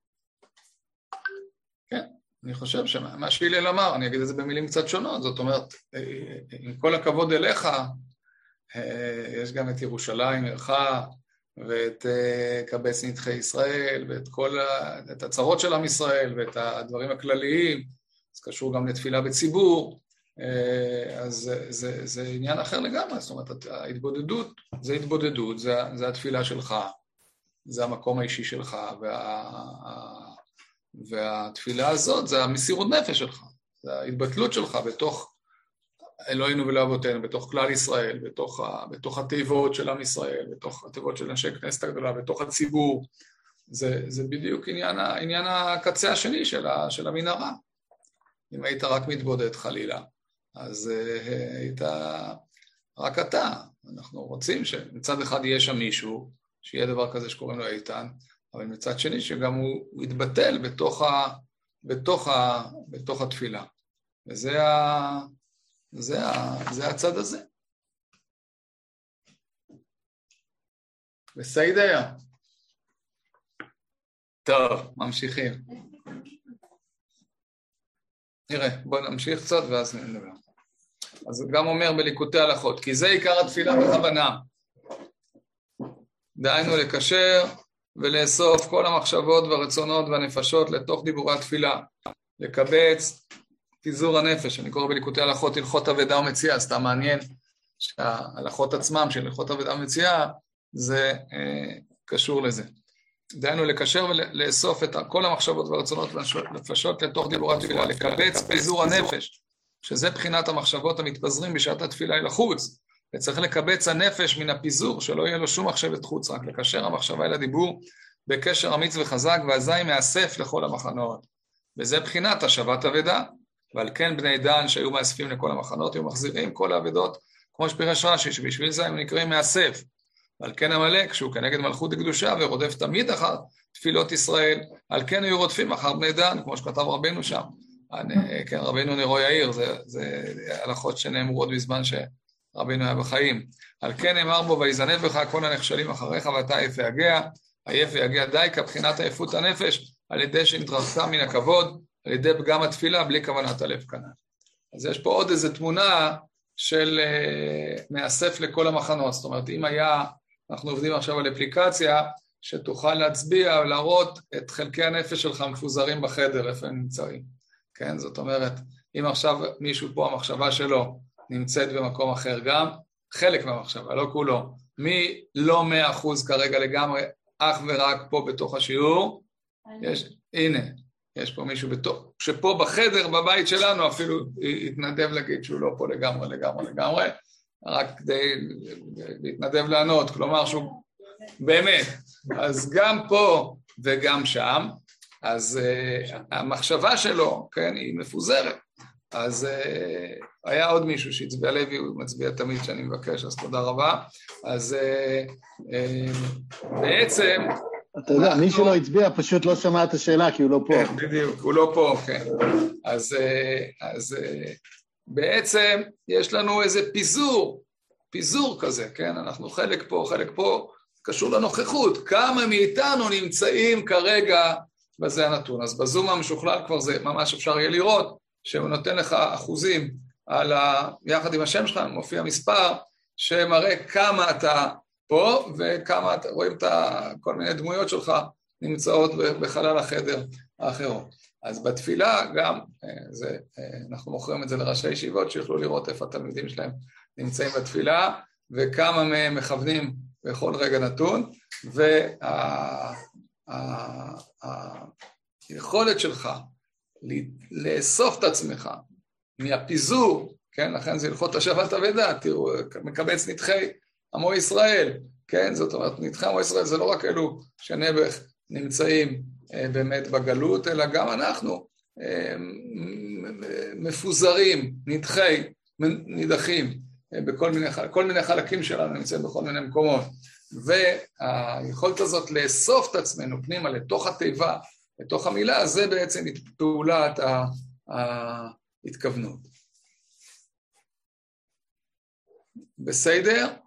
כן, אני חושב שמה שהלל אמר, אני אגיד את זה במילים קצת שונות, זאת אומרת, עם כל הכבוד אליך, יש גם את ירושלים עירך, ואת קבץ נידחי ישראל, ואת את הצרות של עם ישראל, ואת הדברים הכלליים, זה קשור גם לתפילה בציבור, אז זה עניין אחר לגמרי, זאת אומרת, ההתבודדות, זה התבודדות, זה התפילה שלך, זה המקום האישי שלך, והתפילה הזאת זה המסירות נפש שלך, זה ההתבטלות שלך בתוך אלוהינו ולאבותינו, בתוך כלל ישראל, בתוך התיבות של עם ישראל, בתוך התיבות של אנשי כנסת הגדולה, בתוך הציבור, זה בדיוק עניין הקצה השני של המנהרה. אם היית רק מתבודד חלילה, אז היית רק אתה. אנחנו רוצים שמצד אחד יהיה שם מישהו, שיהיה דבר כזה שקוראים לו איתן, אבל מצד שני שגם הוא יתבטל בתוך התפילה. וזה הצד הזה. בסדר. טוב, ממשיכים. נראה, בואו נמשיך קצת ואז נדבר. אז גם אומר בליקוטי הלכות, כי זה עיקר התפילה בכוונה. דהיינו לקשר ולאסוף כל המחשבות והרצונות והנפשות לתוך דיבורי התפילה. לקבץ פיזור הנפש, אני קורא בליקוטי הלכות הלכות אבדה ומציאה, סתם מעניין שההלכות עצמם של הלכות אבדה ומציאה, זה קשור לזה. דהיינו לקשר ולאסוף את כל המחשבות והרצונות והנפשות לתוך דיבורי התפילה, לקבץ פיזור הנפש, שזה בחינת המחשבות המתפזרים בשעת התפילה אל החוץ, וצריך לקבץ הנפש מן הפיזור, שלא יהיה לו שום מחשבת חוץ, רק לקשר המחשבה אל הדיבור בקשר אמיץ וחזק, ואזי מאסף לכל המחנות. וזה בחינת השבת אבדה, ועל כן בני דן שהיו מאספים לכל המחנות, היו מחזירים כל האבדות, כמו שפירש רש"י, שבשביל זה הם נקראים מאסף. ועל כן עמלק, שהוא כנגד מלכות הקדושה, ורודף תמיד אחר תפילות ישראל, על כן היו רודפים אחר בני דן, כמו שכתב רבנו שם. כן, רבנו נרו יאיר, זה הלכות שנאמרו עוד בזמן שרבנו היה בחיים. על כן נאמר בו, ויזנב בך כל הנכשלים אחריך, ואתה עייף ויגע, עייף ויגע דייקה, בחינת עייפות הנפש, על ידי שנתרחקה מן הכבוד, על ידי פגם התפילה, בלי כוונת הלב כנ"ל. אז יש פה עוד איזו תמונה של מאסף לכל המחנות, זאת אומרת, אם היה, אנחנו עובדים עכשיו על אפליקציה, שתוכל להצביע ולהראות את חלקי הנפש שלך מפוזרים בחדר, איפה הם נמצאים. כן, זאת אומרת, אם עכשיו מישהו פה, המחשבה שלו נמצאת במקום אחר גם, חלק מהמחשבה, לא כולו, מי לא 100% כרגע לגמרי, אך ורק פה בתוך השיעור, הנה, יש פה מישהו שפה בחדר, בבית שלנו, אפילו יתנדב להגיד שהוא לא פה לגמרי, רק כדי להתנדב לענות, כלומר שהוא באמת, אז גם פה וגם שם, אז המחשבה שלו, כן, היא מפוזרת, אז היה עוד מישהו שהצביע לוי, הוא מצביע תמיד שאני מבקש, אז תודה רבה, אז בעצם, אתה יודע, מי שלא הצביע פשוט לא שמע את השאלה, כי הוא לא פה. כן, בדיוק, הוא לא פה, כן. אז בעצם יש לנו איזה פיזור כזה, כן? אנחנו חלק פה, קשור לנוכחות. כמה מאיתנו נמצאים כרגע בזה הנתון. אז בזום המשוכלל כבר זה ממש אפשר יהיה לראות, שהוא נותן לך אחוזים יחד עם השם שלך, מופיע מספר, שמראה כמה אתה פה, וכמה רואים את כל מיני דמויות שלך נמצאות בחלל החדר האחרות. אז בתפילה גם, אנחנו מוכרים את זה לראשי ישיבות, שיוכלו לראות איפה התלמידים שלהם נמצאים בתפילה, וכמה מהם מכוונים בכל רגע נתון, והיכולת שלך לאסוף את עצמך מהפיזור, כן, לכן זה הלכות השבת אבדה, תראו, מקבץ נדחי עמו ישראל, כן, זאת אומרת, נדחי עמו ישראל זה לא רק אלו שנעבך נמצאים באמת בגלות, אלא גם אנחנו מפוזרים, נידחים, כל מיני חלקים שלנו נמצאים בכל מיני מקומות, והיכולת הזאת לאסוף את עצמנו פנימה לתוך התיבה, לתוך המילה, זה בעצם פעולת ההתכוונות. בסדר?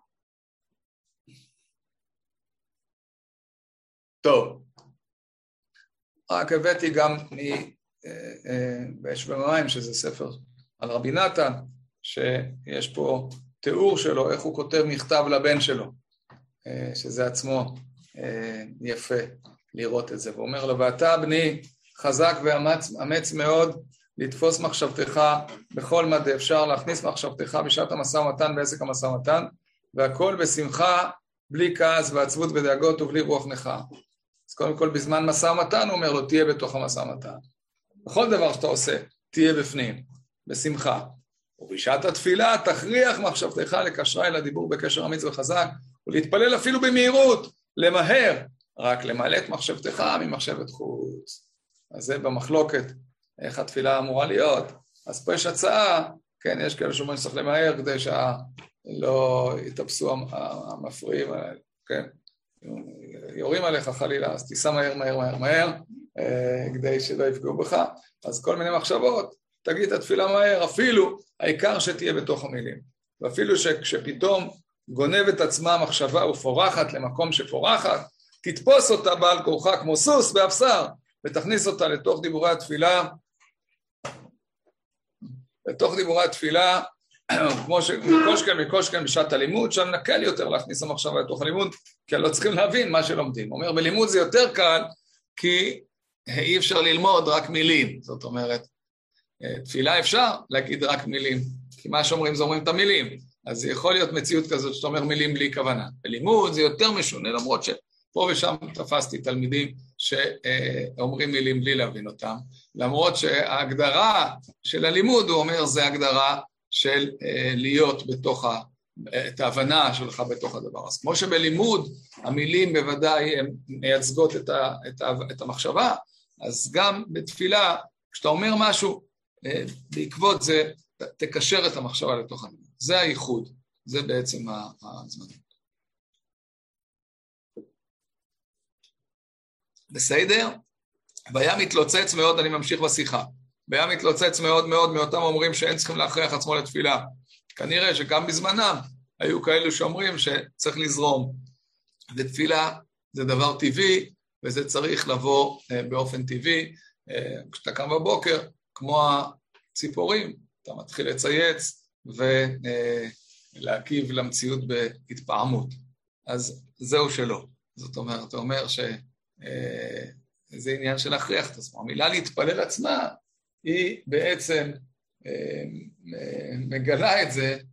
טוב. רק הבאתי גם באש ומים, שזה ספר על רבי נתן, שיש פה תיאור שלו, איך הוא כותב מכתב לבן שלו, שזה עצמו יפה לראות את זה. הוא אומר לו, ואתה בני חזק ואמץ מאוד לתפוס מחשבתך בכל מה אפשר, להכניס מחשבתך בשעת המשא ומתן, בעסק המשא ומתן, והכל בשמחה, בלי כעס ועצבות ודאגות ובלי רוח נחה. אז קודם כל בזמן משא ומתן הוא אומר לו, תהיה בתוך המשא ומתן. בכל דבר שאתה עושה, תהיה בפנים, בשמחה. ובשעת התפילה תכריח מחשבתך לקשרה אל הדיבור בקשר אמיץ וחזק, ולהתפלל אפילו במהירות, למהר, רק למלא את מחשבתך ממחשבת חוץ. אז זה במחלוקת, איך התפילה אמורה להיות. אז פה יש הצעה, כן, יש כאלה שאומרים שצריך למהר, כדי שלא יתאפסו המפריעים, כן, יורים עליך חלילה, אז תיסע מהר, כדי שלא יפגעו בך. אז כל מיני מחשבות, תגיד את התפילה מהר, אפילו העיקר שתהיה בתוך המילים. ואפילו שכשפתאום גונבת עצמה מחשבה ופורחת למקום שפורחת, תתפוס אותה בעל כורחה כמו סוס באפסר, ותכניס אותה לתוך דיבורי התפילה, כמו מקושקן בשעת הלימוד, שם נקל יותר להכניס המחשבה לתוך הלימוד, כי לא צריכים להבין מה שלומדים. הוא אומר, בלימוד זה יותר קל, כי אי אפשר ללמוד רק מילים. זאת אומרת, תפילה אפשר להגיד רק מילים, כי מה שאומרים זה אומרים את המילים. אז זה יכול להיות מציאות כזאת שאתה אומר מילים בלי כוונה. בלימוד זה יותר משונה, למרות שפה ושם תפסתי תלמידים שאומרים מילים בלי להבין אותם, למרות שההגדרה של הלימוד, הוא אומר, זה הגדרה של להיות בתוך את ההבנה שלך בתוך הדבר. אז כמו שבלימוד המילים בוודאי הן מייצגות את המחשבה, אז גם בתפילה, כשאתה אומר משהו, בעקבות זה תקשר את המחשבה לתוך הלימוד. זה הייחוד, זה בעצם הזמן. בסדר? והיה מתלוצץ מאוד, אני ממשיך בשיחה. והיה מתלוצץ מאוד מאוד מאותם אומרים שאין צריכים להכריח עצמו לתפילה. כנראה שגם בזמנם היו כאלו שאומרים שצריך לזרום. ותפילה זה דבר טבעי, וזה צריך לבוא באופן טבעי. כשאתה קם בבוקר, כמו הציפורים, אתה מתחיל לצייץ ולהגיב למציאות בהתפעמות. אז זהו שלא. זאת אומרת, אתה אומר שזה עניין של להכריח את עצמו. המילה להתפלל עצמה, היא בעצם מגלה את זה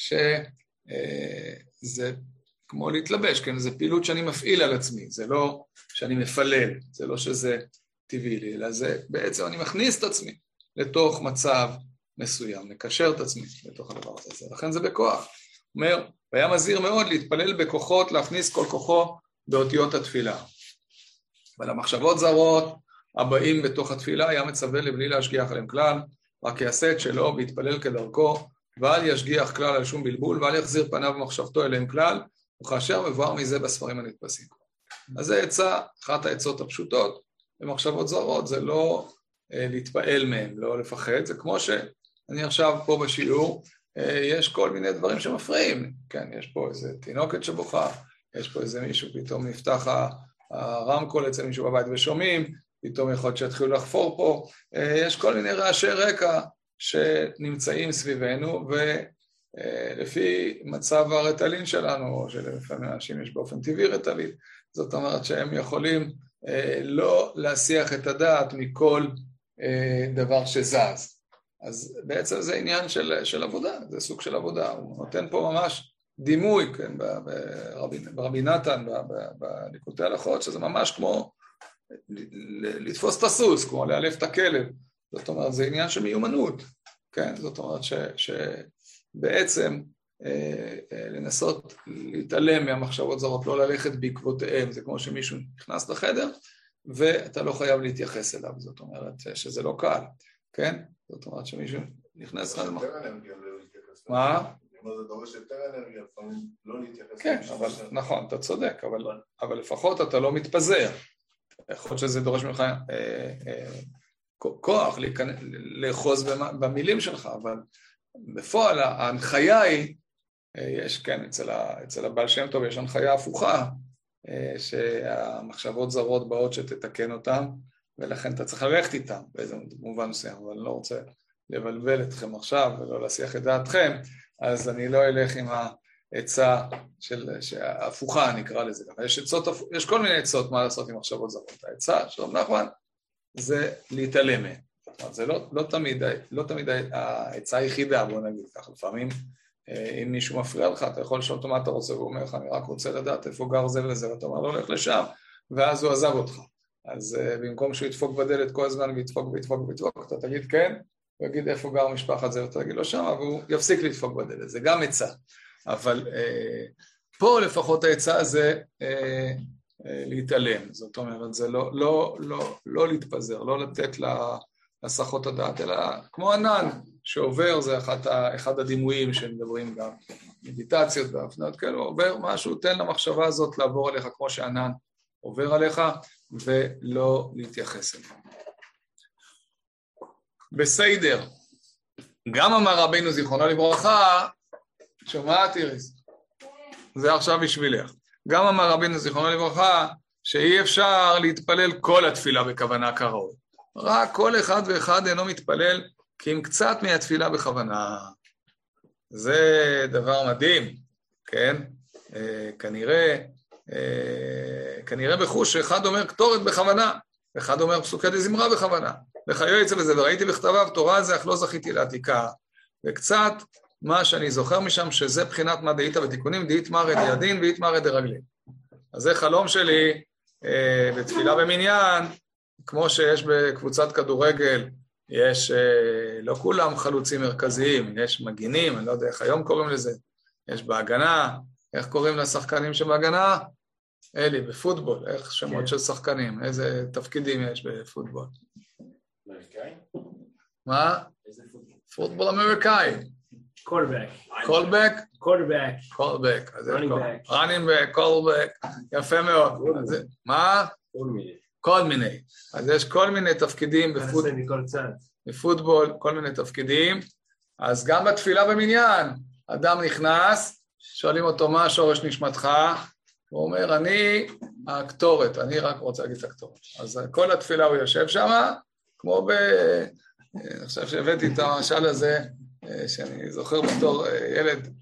שזה כמו להתלבש, כן? זה פעילות שאני מפעיל על עצמי, זה לא שאני מפלל, זה לא שזה טבעי לי, אלא זה בעצם אני מכניס את עצמי לתוך מצב מסוים, מקשר את עצמי לתוך הדבר הזה, לכן זה בכוח. הוא אומר, והיה מזהיר מאוד להתפלל בכוחות, להכניס כל כוחו באותיות התפילה. אבל המחשבות זרות, הבאים בתוך התפילה, היה מצווה לבלי להשגיח עליהם כלל, רק יעשה את שלו ויתפלל כדרכו, ואל ישגיח כלל על שום בלבול, ואל יחזיר פניו ומחשבתו אליהם כלל, וכאשר מבואר מזה בספרים הנתפסים. אז זה עצה, אחת העצות הפשוטות, במחשבות זרות, זה לא להתפעל מהם, לא לפחד, זה כמו שאני עכשיו פה בשיעור, יש כל מיני דברים שמפריעים, כן, יש פה איזה תינוקת שבוכה, יש פה איזה מישהו, פתאום נפתח הרמקול אצל מישהו בבית ושומעים, פתאום יכול להיות שהתחילו לחפור פה, יש כל מיני רעשי רקע שנמצאים סביבנו, ולפי מצב הרטלין שלנו, או שלפעמים אנשים יש באופן טבעי רטלין, זאת אומרת שהם יכולים לא להסיח את הדעת מכל דבר שזז. אז בעצם זה עניין של עבודה, זה סוג של עבודה, הוא נותן פה ממש דימוי, כן, ברבי נתן, בליקוטי הלכות, שזה ממש כמו לתפוס את הסוס, כמו לאלף את הכלב, זאת אומרת, זה עניין של מיומנות, כן, זאת אומרת שבעצם לנסות להתעלם מהמחשבות זרות, לא ללכת בעקבותיהם, זה כמו שמישהו נכנס לחדר, ואתה לא חייב להתייחס אליו, זאת אומרת שזה לא קל, כן? זאת אומרת שמישהו נכנס לך למחשבה. מה? זה דורש יותר אנרגיה, לפעמים לא להתייחס. כן, אבל נכון, אתה צודק, אבל לפחות אתה לא מתפזר. יכול להיות שזה דורש ממך כוח לאחוז במילים שלך, אבל בפועל ההנחיה היא, יש, כן, אצל הבעל שם טוב יש הנחיה הפוכה, שהמחשבות זרות באות שתתקן אותן, ולכן אתה צריך ללכת איתן באיזה מובן מסוים, אבל אני לא רוצה לבלבל אתכם עכשיו ולא להסיח את דעתכם, אז אני לא אלך עם העצה ההפוכה, נקרא לזה. יש כל מיני עצות מה לעשות עם מחשבות זרות. העצה של רב נחמן זה להתעלם מהן. זה לא תמיד העצה היחידה, בוא נגיד כך. לפעמים אם מישהו מפריע לך, אתה יכול לשאול אותו מה אתה רוצה, והוא אומר לך, אני רק רוצה לדעת איפה גר זה וזה, ואתה אומר, לא הולך לשם, ואז הוא עזב אותך. אז במקום שהוא ידפוק בדלת כל הזמן וידפוק, אתה תגיד כן, הוא יגיד איפה גר משפחת זה, ואתה תגיד לו שם, והוא יפסיק לדפוק בדלת. זה גם עצה. אבל פה לפחות העצה זה להתעלם. זאת אומרת, זה לא להתפזר, לא לתת להסחות הדעת, אלא כמו ענן שעובר, זה אחד הדימויים שמדברים גם מדיטציות והפניות כאלו, עובר משהו, תן למחשבה הזאת לעבור עליך כמו שענן עובר עליך, ולא להתייחס אליו. בסדר, גם אמר רבינו זיכרונו לברכה, שומעת איריס? זה עכשיו בשבילך. גם אמר רבינו זיכרונו לברכה, שאי אפשר להתפלל כל התפילה בכוונה כראוי. רק כל אחד ואחד אינו מתפלל, כי אם קצת מהתפילה בכוונה. זה דבר מדהים, כן? כנראה בחוש שאחד אומר קטורת בכוונה, אחד אומר פסוקי דזמרה בכוונה. וכיוצא בזה, וראיתי בכתביו תורה זה, אך לא זכיתי לעתיקה. וקצת מה שאני זוכר משם, שזה בחינת מה דאית בתיקונים, דאית מרא דידין ואית מרא דרגלין. אז זה חלום שלי בתפילה במניין, כמו שיש בקבוצת כדורגל, יש, לא כולם חלוצים מרכזיים, יש מגינים, אני לא יודע איך היום קוראים לזה, יש בהגנה, איך קוראים לשחקנים שבהגנה? אלי, בפוטבול, איך שמות של שחקנים, איזה תפקידים יש בפוטבול? אמריקאי? מה? איזה פוטבול? פוטבול אמריקאי. קולבק. קולבק? קולבק. קולבק. running back, קולבק, יפה מאוד. מה? כל מיני. אז יש כל מיני תפקידים בפוטבול, כל מיני תפקידים. אז גם בתפילה במניין, אדם נכנס, שואלים אותו מה השורש נשמתך, הוא אומר, אני הקטורת, אני רק רוצה להגיד את הקטורת. אז כל התפילה הוא יושב שם, כמו אני חושב שהבאתי את המשל הזה, שאני זוכר בתור ילד,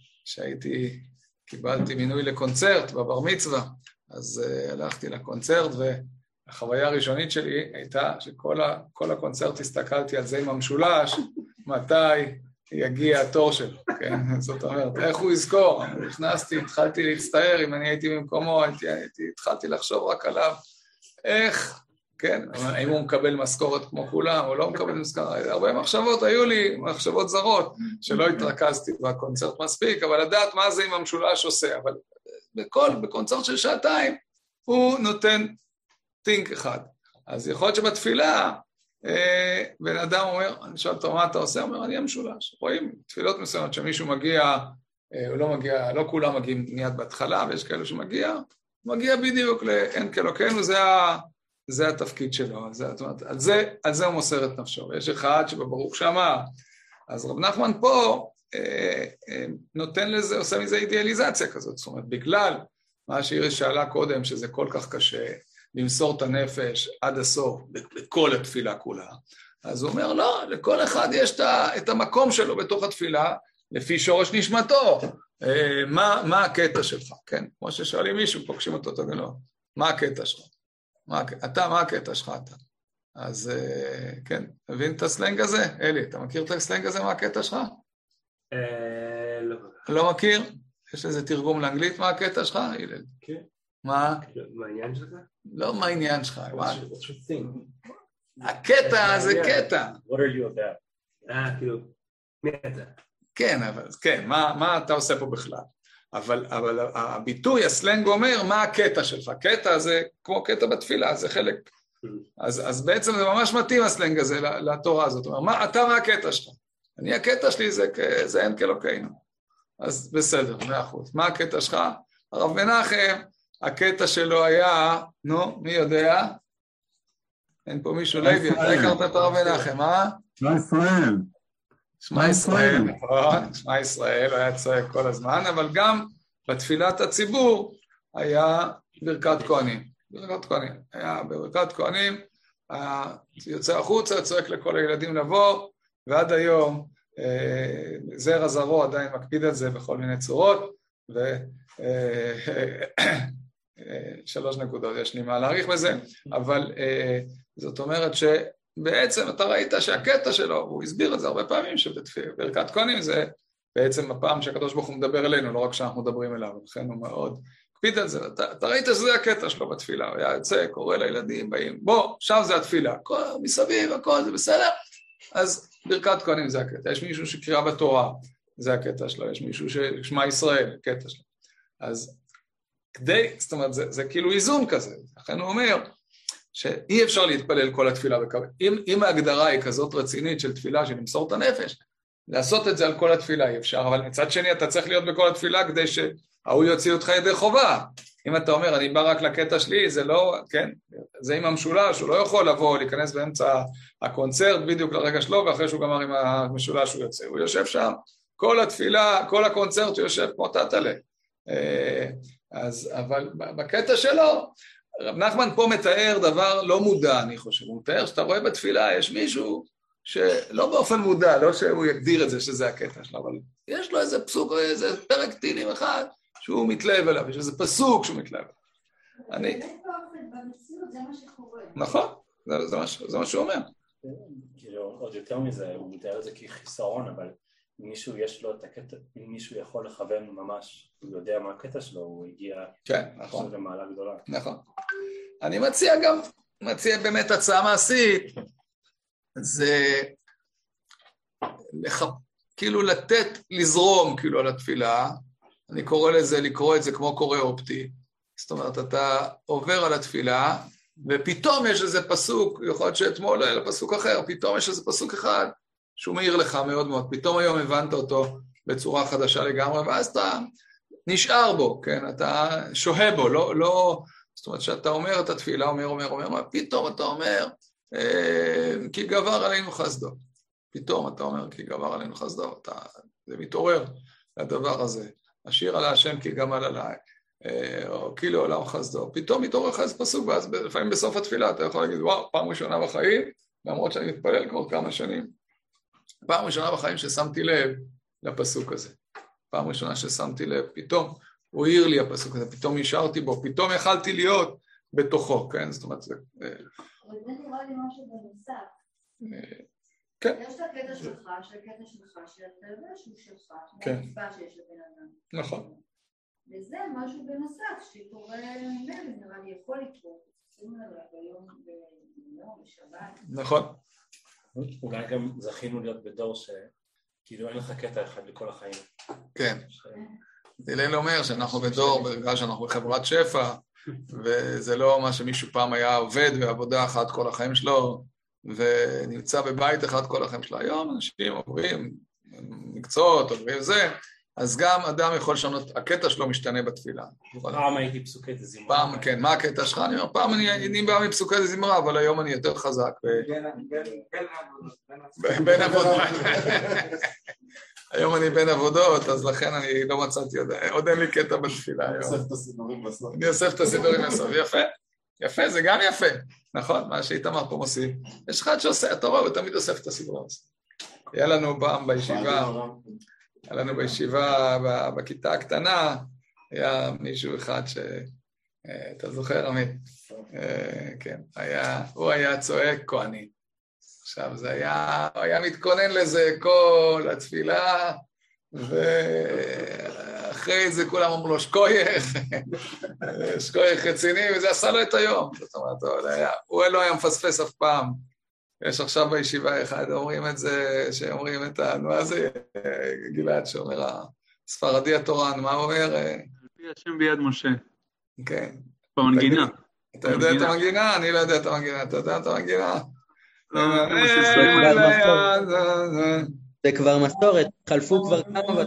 קיבלתי מינוי לקונצרט בבר מצווה, אז הלכתי לקונצרט, והחוויה הראשונית שלי הייתה שכל הקונצרט הסתכלתי על זה עם המשולש, מתי יגיע התור שלו, כן? זאת אומרת, איך הוא יזכור? נכנסתי, התחלתי להצטער, אם אני הייתי במקומו, התחלתי לחשוב רק עליו, איך, כן? האם הוא מקבל משכורת כמו כולם, או לא מקבל משכורת, הרבה מחשבות היו לי, מחשבות זרות, שלא התרכזתי בקונצרט מספיק, אבל לדעת מה זה עם המשולש עושה, אבל בקונצרט של שעתיים, הוא נותן טינק אחד. אז יכול להיות שבתפילה, בן אדם אומר, אני שואל אותו מה אתה עושה, הוא אומר, אני המשולש. רואים תפילות מסוימות שמישהו מגיע, הוא לא מגיע, לא כולם מגיעים מיד בהתחלה, ויש כאלו שמגיע, מגיע בדיוק לאין כאלוקנו, זה התפקיד שלו, זאת אומרת, על זה הוא מוסר את נפשו. ויש אחד שבברוך שמה, אז רב נחמן פה נותן לזה, עושה מזה אידיאליזציה כזאת, זאת אומרת, בגלל מה שאיריס שאלה קודם, שזה כל כך קשה, למסור את הנפש עד הסוף, בכל התפילה כולה. אז הוא אומר, לא, לכל אחד יש את המקום שלו בתוך התפילה, לפי שורש נשמתו. מה הקטע שלך, כן? כמו ששואלים מישהו, פוגשים אותו, תגיד לו, מה הקטע שלך? מה הקטע שלך אתה? אז כן, מבין את הסלנג הזה? אלי, אתה מכיר את הסלנג הזה, מה הקטע שלך? לא. לא מכיר? יש איזה תרגום לאנגלית, מה הקטע שלך, הלל? כן. מה? מה העניין שלך? לא מה העניין שלך. What's your thing? הקטע זה קטע. What are you about? כאילו, מי אתה? כן, אבל כן, מה אתה עושה פה בכלל? אבל הביטוי, הסלנג אומר, מה הקטע שלך? קטע זה כמו קטע בתפילה, זה חלק אז בעצם זה ממש מתאים הסלנג הזה לתורה הזאת. זאת אומרת, מה הקטע שלך? הקטע שלי זה אין כאלוקינו. אז בסדר, 100%. מה הקטע שלך? הרב מנחם, הקטע שלו היה, נו, מי יודע? אין פה מישהו לוי, אתה הכרת את הרב מנחם, אה? שמע ישראל. שמע ישראל, נכון, שמע ישראל, הוא היה צועק כל הזמן, אבל גם בתפילת הציבור היה ברכת כהנים. ברכת כהנים, היה ברכת כהנים, יוצא החוצה, צועק לכל הילדים לבוא, ועד היום זרע זרעו עדיין מקפיד על זה בכל מיני צורות, שלוש נקודות, יש לי מה להאריך בזה, אבל זאת אומרת שבעצם אתה ראית שהקטע שלו, הוא הסביר את זה הרבה פעמים, שברכת כהנים זה בעצם הפעם שהקדוש ברוך הוא מדבר אלינו, לא רק שאנחנו מדברים אליו, לכן הוא מאוד הקפיד על זה, אתה ראית שזה הקטע שלו בתפילה, הוא היה יוצא, קורא לילדים, באים, בוא, שם זה התפילה, מסביב, הכל זה בסדר, אז ברכת כהנים זה הקטע, יש מישהו שקריאה בתורה, זה הקטע שלו, יש מישהו ששמע ישראל, הקטע שלו, אז זאת אומרת, זה כאילו איזון כזה, לכן הוא אומר שאי אפשר להתפלל כל התפילה, אם ההגדרה היא כזאת רצינית של תפילה שנמסור את הנפש, לעשות את זה על כל התפילה אי אפשר, אבל מצד שני אתה צריך להיות בכל התפילה כדי שהוא יוציא אותך ידי חובה, אם אתה אומר אני בא רק לקטע שלי, זה לא, כן, זה עם המשולש, הוא לא יכול לבוא, להיכנס באמצע הקונצרט בדיוק לרגע שלו, ואחרי שהוא גמר עם המשולש הוא יוצא, הוא יושב שם, כל התפילה, כל הקונצרט הוא יושב כמו תתלה, אבל בקטע שלו, רב נחמן פה מתאר דבר לא מודע, אני חושב, הוא מתאר שאתה רואה בתפילה, יש מישהו שלא באופן מודע, לא שהוא יגדיר את זה שזה הקטע שלו, אבל יש לו איזה פסוק, איזה פרק תהילים אחד, שהוא מתלהב אליו, יש איזה פסוק שהוא מתלהב אליו. במציאות זה מה שקורה. נכון, זה מה שהוא אומר. כאילו, עוד יותר מזה, הוא מתאר את זה כחיסרון, אבל אם מישהו יש לו את הקטע, אם מישהו יכול לכוון ממש, הוא יודע מה הקטע שלו, הוא הגיע למעלה גדולה. נכון. אני מציע באמת הצעה מעשית, זה כאילו לתת, לזרום כאילו על התפילה, אני קורא לזה, לקרוא את זה כמו קורא אופטי, זאת אומרת, אתה עובר על התפילה, ופתאום יש איזה פסוק, יכול להיות שאתמול היה פסוק אחר, פתאום יש איזה פסוק אחד, שהוא מאיר לך מאוד מאוד, פתאום היום הבנת אותו בצורה חדשה לגמרי, ואז אתה נשאר בו, כן, אתה שוהה בו, לא, זאת אומרת שאתה אומר את התפילה, אומר, פתאום אתה אומר, כי גבר עלינו חסדו, פתאום אתה אומר, כי גבר עלינו חסדו, זה מתעורר לדבר הזה, השיר על השם כי גמל עליי, או כי לעולם חסדו, פתאום מתעורר לך איזה פסוק, ואז לפעמים בסוף התפילה אתה יכול להגיד, וואו, פעם ראשונה בחיים, למרות שאני מתפלל כבר כמה שנים, פעם ראשונה בחיים ששמתי לב לפסוק הזה, פעם ראשונה ששמתי לב, פתאום הוא העיר לי הפסוק הזה, פתאום נשארתי בו, פתאום יכלתי להיות בתוכו, כן, זאת אומרת, זה נראה לי משהו בנוסף. כן. יש את הקטע שלך, שאתה יודע שהוא שלך, כן. מהמצפה שיש לבן אדם. נכון. וזה משהו בנוסף, שקורה ממנו, נראה לי יכול לקרות, שימו לב ביום, בשבת. נכון. אולי גם זכינו להיות בדור שכאילו אין לך קטע אחד לכל החיים. כן. הלל אומר שאנחנו בדור, בגלל שאנחנו בחברת שפע, וזה לא מה שמישהו פעם היה עובד בעבודה אחת כל החיים שלו, ונמצא בבית אחד כל החיים שלו. היום אנשים עוברים מקצועות, עוברים זה, אז גם אדם יכול לשנות, הקטע שלו משתנה בתפילה. פעם הייתי פסוקי דזמרה. פעם, כן, מה הקטע שלך? אני אומר, פעם אני בא מפסוקי דזמרה, אבל היום אני יותר חזק. בין עבודות. היום אני בין עבודות, אז לכן אני לא מצאתי, עוד אין לי קטע בתפילה היום. אני אוסף את הסידורים בסוף. אני אוסף את הסידורים בסוף, יפה. יפה, זה גם יפה. נכון, מה שאיתמר פה מוסיף. יש אחד שעושה, אתה רואה, הוא תמיד אוסף את הסידורים בסוף. היה לנו פעם בישיבה, בכיתה הקטנה, היה מישהו אחד אתה זוכר, עמית? כן, הוא היה צועק כהני. עכשיו, הוא היה מתכונן לזה כל התפילה, ואחרי זה כולם אמרו לו שקוייך רציני, וזה עשה לו את היום. זאת אומרת, הוא לא היה מפספס אף פעם. יש עכשיו בישיבה אחד, אומרים את זה, שאומרים את מה זה גלעד שאומר, הספרדי התורן, מה הוא אומר? לפי השם ביד משה. כן. במנגינה. אתה יודע את המנגינה? אני לא יודע את המנגינה. אתה יודע את המנגינה? זה כבר מסורת, חלפו כבר כמה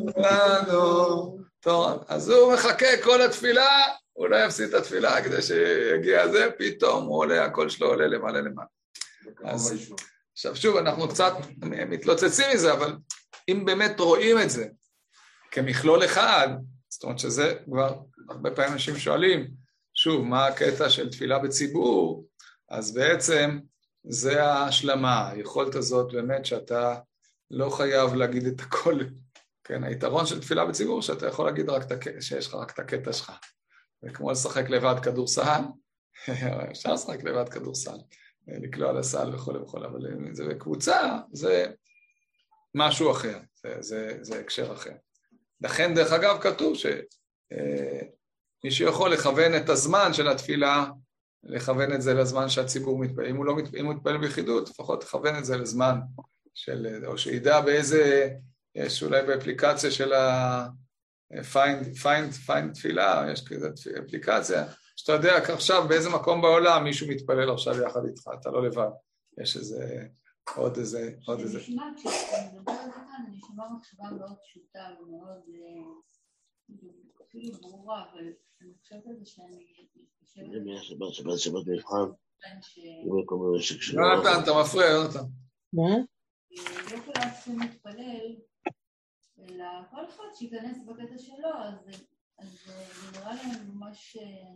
טוב, אז הוא מחכה כל התפילה, הוא לא יפסיד את התפילה כדי שיגיע זה, פתאום הוא עולה, הקול שלו עולה למעלה. אז עכשיו שוב, אנחנו קצת מתלוצצים מזה, אבל אם באמת רואים את זה כמכלול אחד, זאת אומרת שזה כבר, הרבה פעמים אנשים שואלים, שוב, מה הקטע של תפילה בציבור, אז בעצם זה ההשלמה, היכולת הזאת באמת שאתה לא חייב להגיד את הכל, כן, היתרון של תפילה בציבור, שאתה יכול להגיד רק שיש לך רק את הקטע שלך, וכמו לשחק לבד כדורסל, אפשר לשחק לבד כדורסל, לקלוע לסל וכו' וכו', אבל זה בקבוצה, זה משהו אחר, זה הקשר אחר. לכן דרך אגב כתוב שמי שיכול לכוון את הזמן של התפילה, לכוון את זה לזמן שהציבור מתפעל, אם הוא מתפעל ביחידות, לפחות לכוון את זה לזמן של, או שידע באיזה, יש אולי באפליקציה של find תפילה, יש כזה אפליקציה, שאתה יודע עכשיו באיזה מקום בעולם מישהו מתפלל עכשיו יחד איתך, אתה לא לבד, יש איזה, עוד איזה. כשאני מדבר על זה כאן, אני שומע מחשבה מאוד פשוטה ומאוד אפילו ברורה, אבל אני חושבת על זה שאני שבת מבחן, יונתן, אתה מפריע, יונתן. לא כולם צריכים להתפלל, אלא כל אחד שיכנס בקטע שלו, אז זה נראה להם ממש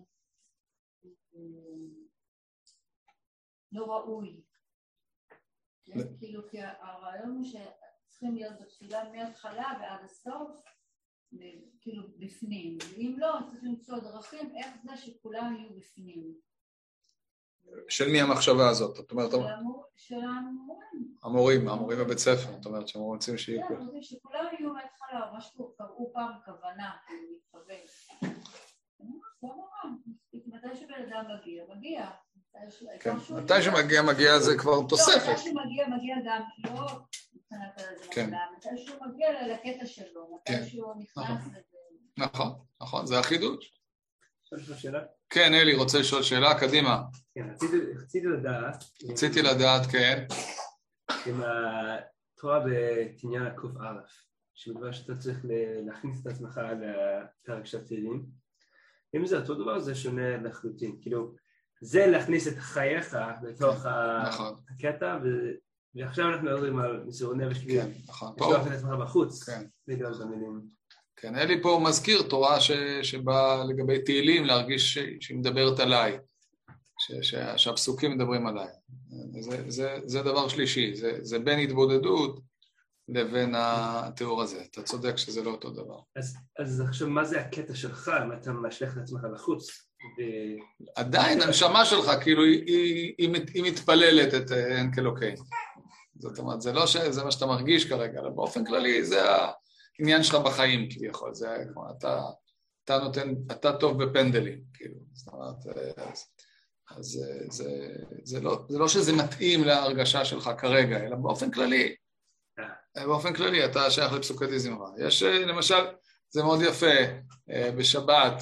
לא ראוי. כאילו, כי הרעיון הוא שצריכים להיות בתפילה מההתחלה ועד הסוף, כאילו בפנים, ואם לא, צריך למצוא דרכים איך זה שכולם יהיו בפנים. של מי המחשבה הזאת? זאת אומרת, של המורים. המורים בבית ספר, זאת אומרת שהם רוצים שיהיו. כן, רוצים שכולם יהיו מההתחלה, מה שקראו פעם כוונה, להתכוון. זה נורא, מתי שבן אדם מגיע. מתי שמגיע זה כבר תוספת. מתי שמגיע גם לא מבחינת הזמן, מתי שהוא מגיע לקטע שלו, מתי שהוא נכנס לזה. נכון, זה החידוש. אפשר לשאול שאלה? כן, אלי, רוצה לשאול שאלה, קדימה. כן, רציתי לדעת, כן. עם התורה בתניא ק"א, שמדבר שאתה צריך להכניס את עצמך לפרק של תהילים. אם זה אותו דבר, זה שונה לחלוטין. כאילו, זה להכניס את חייך לתוך הקטע, ועכשיו אנחנו מדברים על מסירות נפש, לשלוח את עצמך בחוץ, בגלל המילים. כן, אלי פה מזכיר תורה שבא לגבי תהילים להרגיש שהיא מדברת עליי, שהפסוקים מדברים עליי. זה דבר שלישי, זה בין התבודדות לבין התיאור הזה. אתה צודק שזה לא אותו דבר. אז עכשיו מה זה הקטע שלך, אם אתה משלח את עצמך לחוץ? עדיין הנשמה שלך, כאילו היא מתפללת את אין כאלוקינו. זאת אומרת, זה לא שזה מה שאתה מרגיש כרגע, אלא באופן כללי זה העניין שלך בחיים, כביכול. זה כמו, אתה טוב בפנדלים, כאילו. זאת אומרת, אז זה לא שזה מתאים להרגשה שלך כרגע, אלא באופן כללי. באופן כללי, אתה שייך לפסוקי דזמרה. יש, למשל, זה מאוד יפה, בשבת,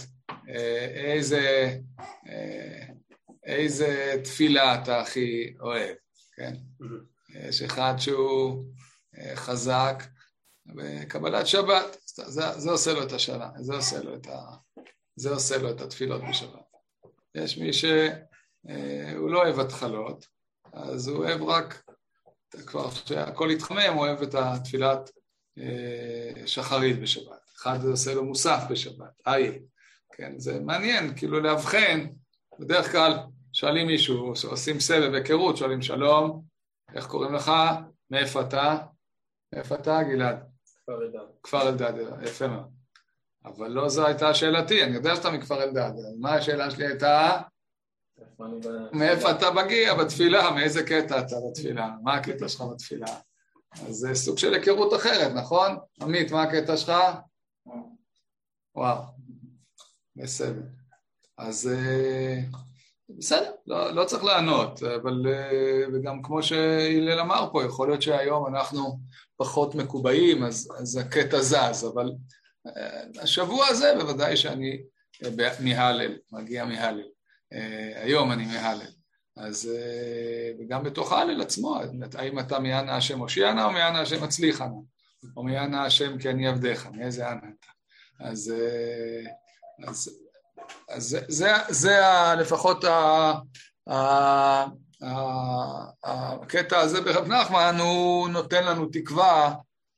איזה תפילה אתה הכי אוהב, כן? יש אחד שהוא חזק בקבלת שבת, זה עושה לו את השנה, זה עושה לו את התפילות בשבת. יש מי שהוא לא אוהב התחלות, אז הוא אוהב רק, כבר שהכל יתחמם, הוא אוהב את התפילת שחרית בשבת. אחד זה עושה לו מוסף בשבת, כן, זה מעניין, כאילו להבחן, בדרך כלל שואלים מישהו, עושים סבב היכרות, שואלים שלום, איך קוראים לך? מאיפה אתה? מאיפה אתה, גלעד? כפר אלדד, יפה מאוד. אבל לא זו הייתה שאלתי, אני יודע שאתה מכפר אלדד, מה השאלה שלי הייתה? מאיפה אתה מגיע בתפילה, מאיזה קטע אתה בתפילה, מה הקטע שלך בתפילה? אז זה סוג של היכרות אחרת, נכון? עמית, מה הקטע שלך? וואו, בסדר. אז בסדר, לא צריך לענות, אבל וגם כמו שהילל אמר פה, יכול להיות שהיום אנחנו פחות מקובעים, אז הקטע זז, אבל השבוע הזה בוודאי שאני מהלל, מגיע מהלל. היום אני מהלל. אז וגם בתוך ההלל עצמו, האם אתה מיענה השם הושיענה או מיענה השם הצליחנה, או מיענה השם כי אני עבדך, מאיזה ענה אתה. אז זה לפחות הקטע הזה ברב נחמן, הוא נותן לנו תקווה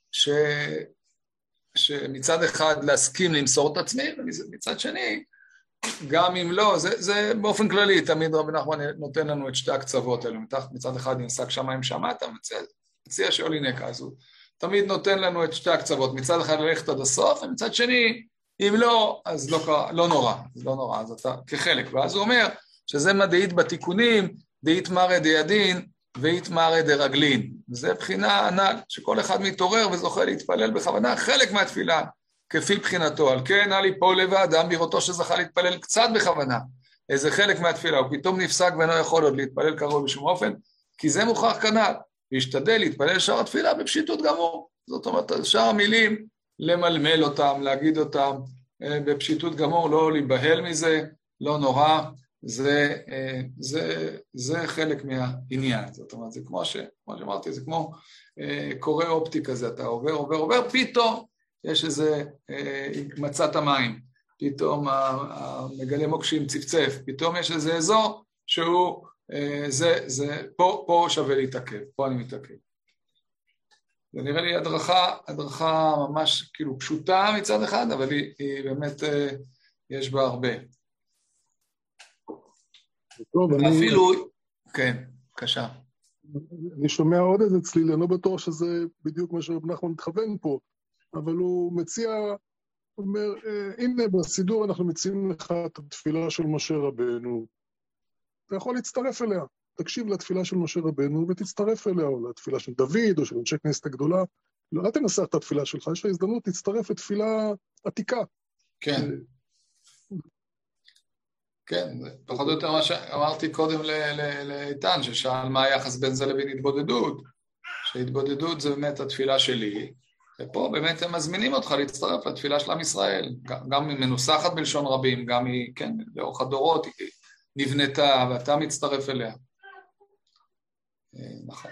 שמצד אחד להסכים למסור את עצמי, ומצד שני, גם אם לא, זה באופן כללי, תמיד רב נחמן נותן לנו את שתי הקצוות האלו, מצד אחד ננסק שמיים שמעת, מציע שאולינקה, אז הוא תמיד נותן לנו את שתי הקצוות, מצד אחד ללכת עד הסוף, ומצד שני, אם לא, אז לא נורא, אז אתה כחלק, ואז הוא אומר שזה מדעית בתיקונים, דאית מרא דידין, ואית מרא דרגלין, וזה בחינה ענל, שכל אחד מתעורר וזוכה להתפלל בכוונה, חלק מהתפילה, כפי בחינתו, על כן אל יפול לב האדם בראותו שזכה להתפלל קצת בכוונה, איזה חלק מהתפילה, הוא פתאום נפסק ואינו יכול עוד להתפלל קרוב בשום אופן, כי זה מוכרח כנ"ל, להשתדל להתפלל שאר התפילה בפשיטות גמור, זאת אומרת, שאר המילים, למלמל אותם, להגיד אותם בפשיטות גמור, לא להיבהל מזה, לא נורא, זה חלק מהעניין, זאת אומרת, זה כמו שאמרתי, זה כמו קורא אופטי כזה, אתה עובר, פתאום יש איזה מצאת המים, פתאום המגלה מוקשים צפצף, פתאום יש איזה אזור שהוא, פה שווה להתעכב, פה אני מתעכב. זה נראה לי הדרכה ממש כאילו פשוטה מצד אחד, אבל היא באמת, יש בה הרבה. אפילו, כן, בבקשה. אני שומע עוד איזה צליל, אני לא בטוח שזה בדיוק מה שרב נחמן מתכוון פה, אבל הוא מציע, הוא אומר, הנה בסידור אנחנו מציעים לך את התפילה של משה רבנו, אתה יכול להצטרף אליה, תקשיב לתפילה של משה רבנו ותצטרף אליה, או לתפילה של דוד, או של אנשי כנסת הגדולה, לא, אל תנסח את התפילה שלך, יש לך הזדמנות להצטרף לתפילה עתיקה. כן. כן, פחות או יותר מה שאמרתי קודם לאיתן, ששאל מה היחס בין זה לבין התבודדות, שהתבודדות זה באמת התפילה שלי, ופה באמת הם מזמינים אותך להצטרף לתפילה של עם ישראל, גם היא מנוסחת בלשון רבים, גם היא, כן, לאורך הדורות היא נבנתה, ואתה מצטרף אליה. נכון.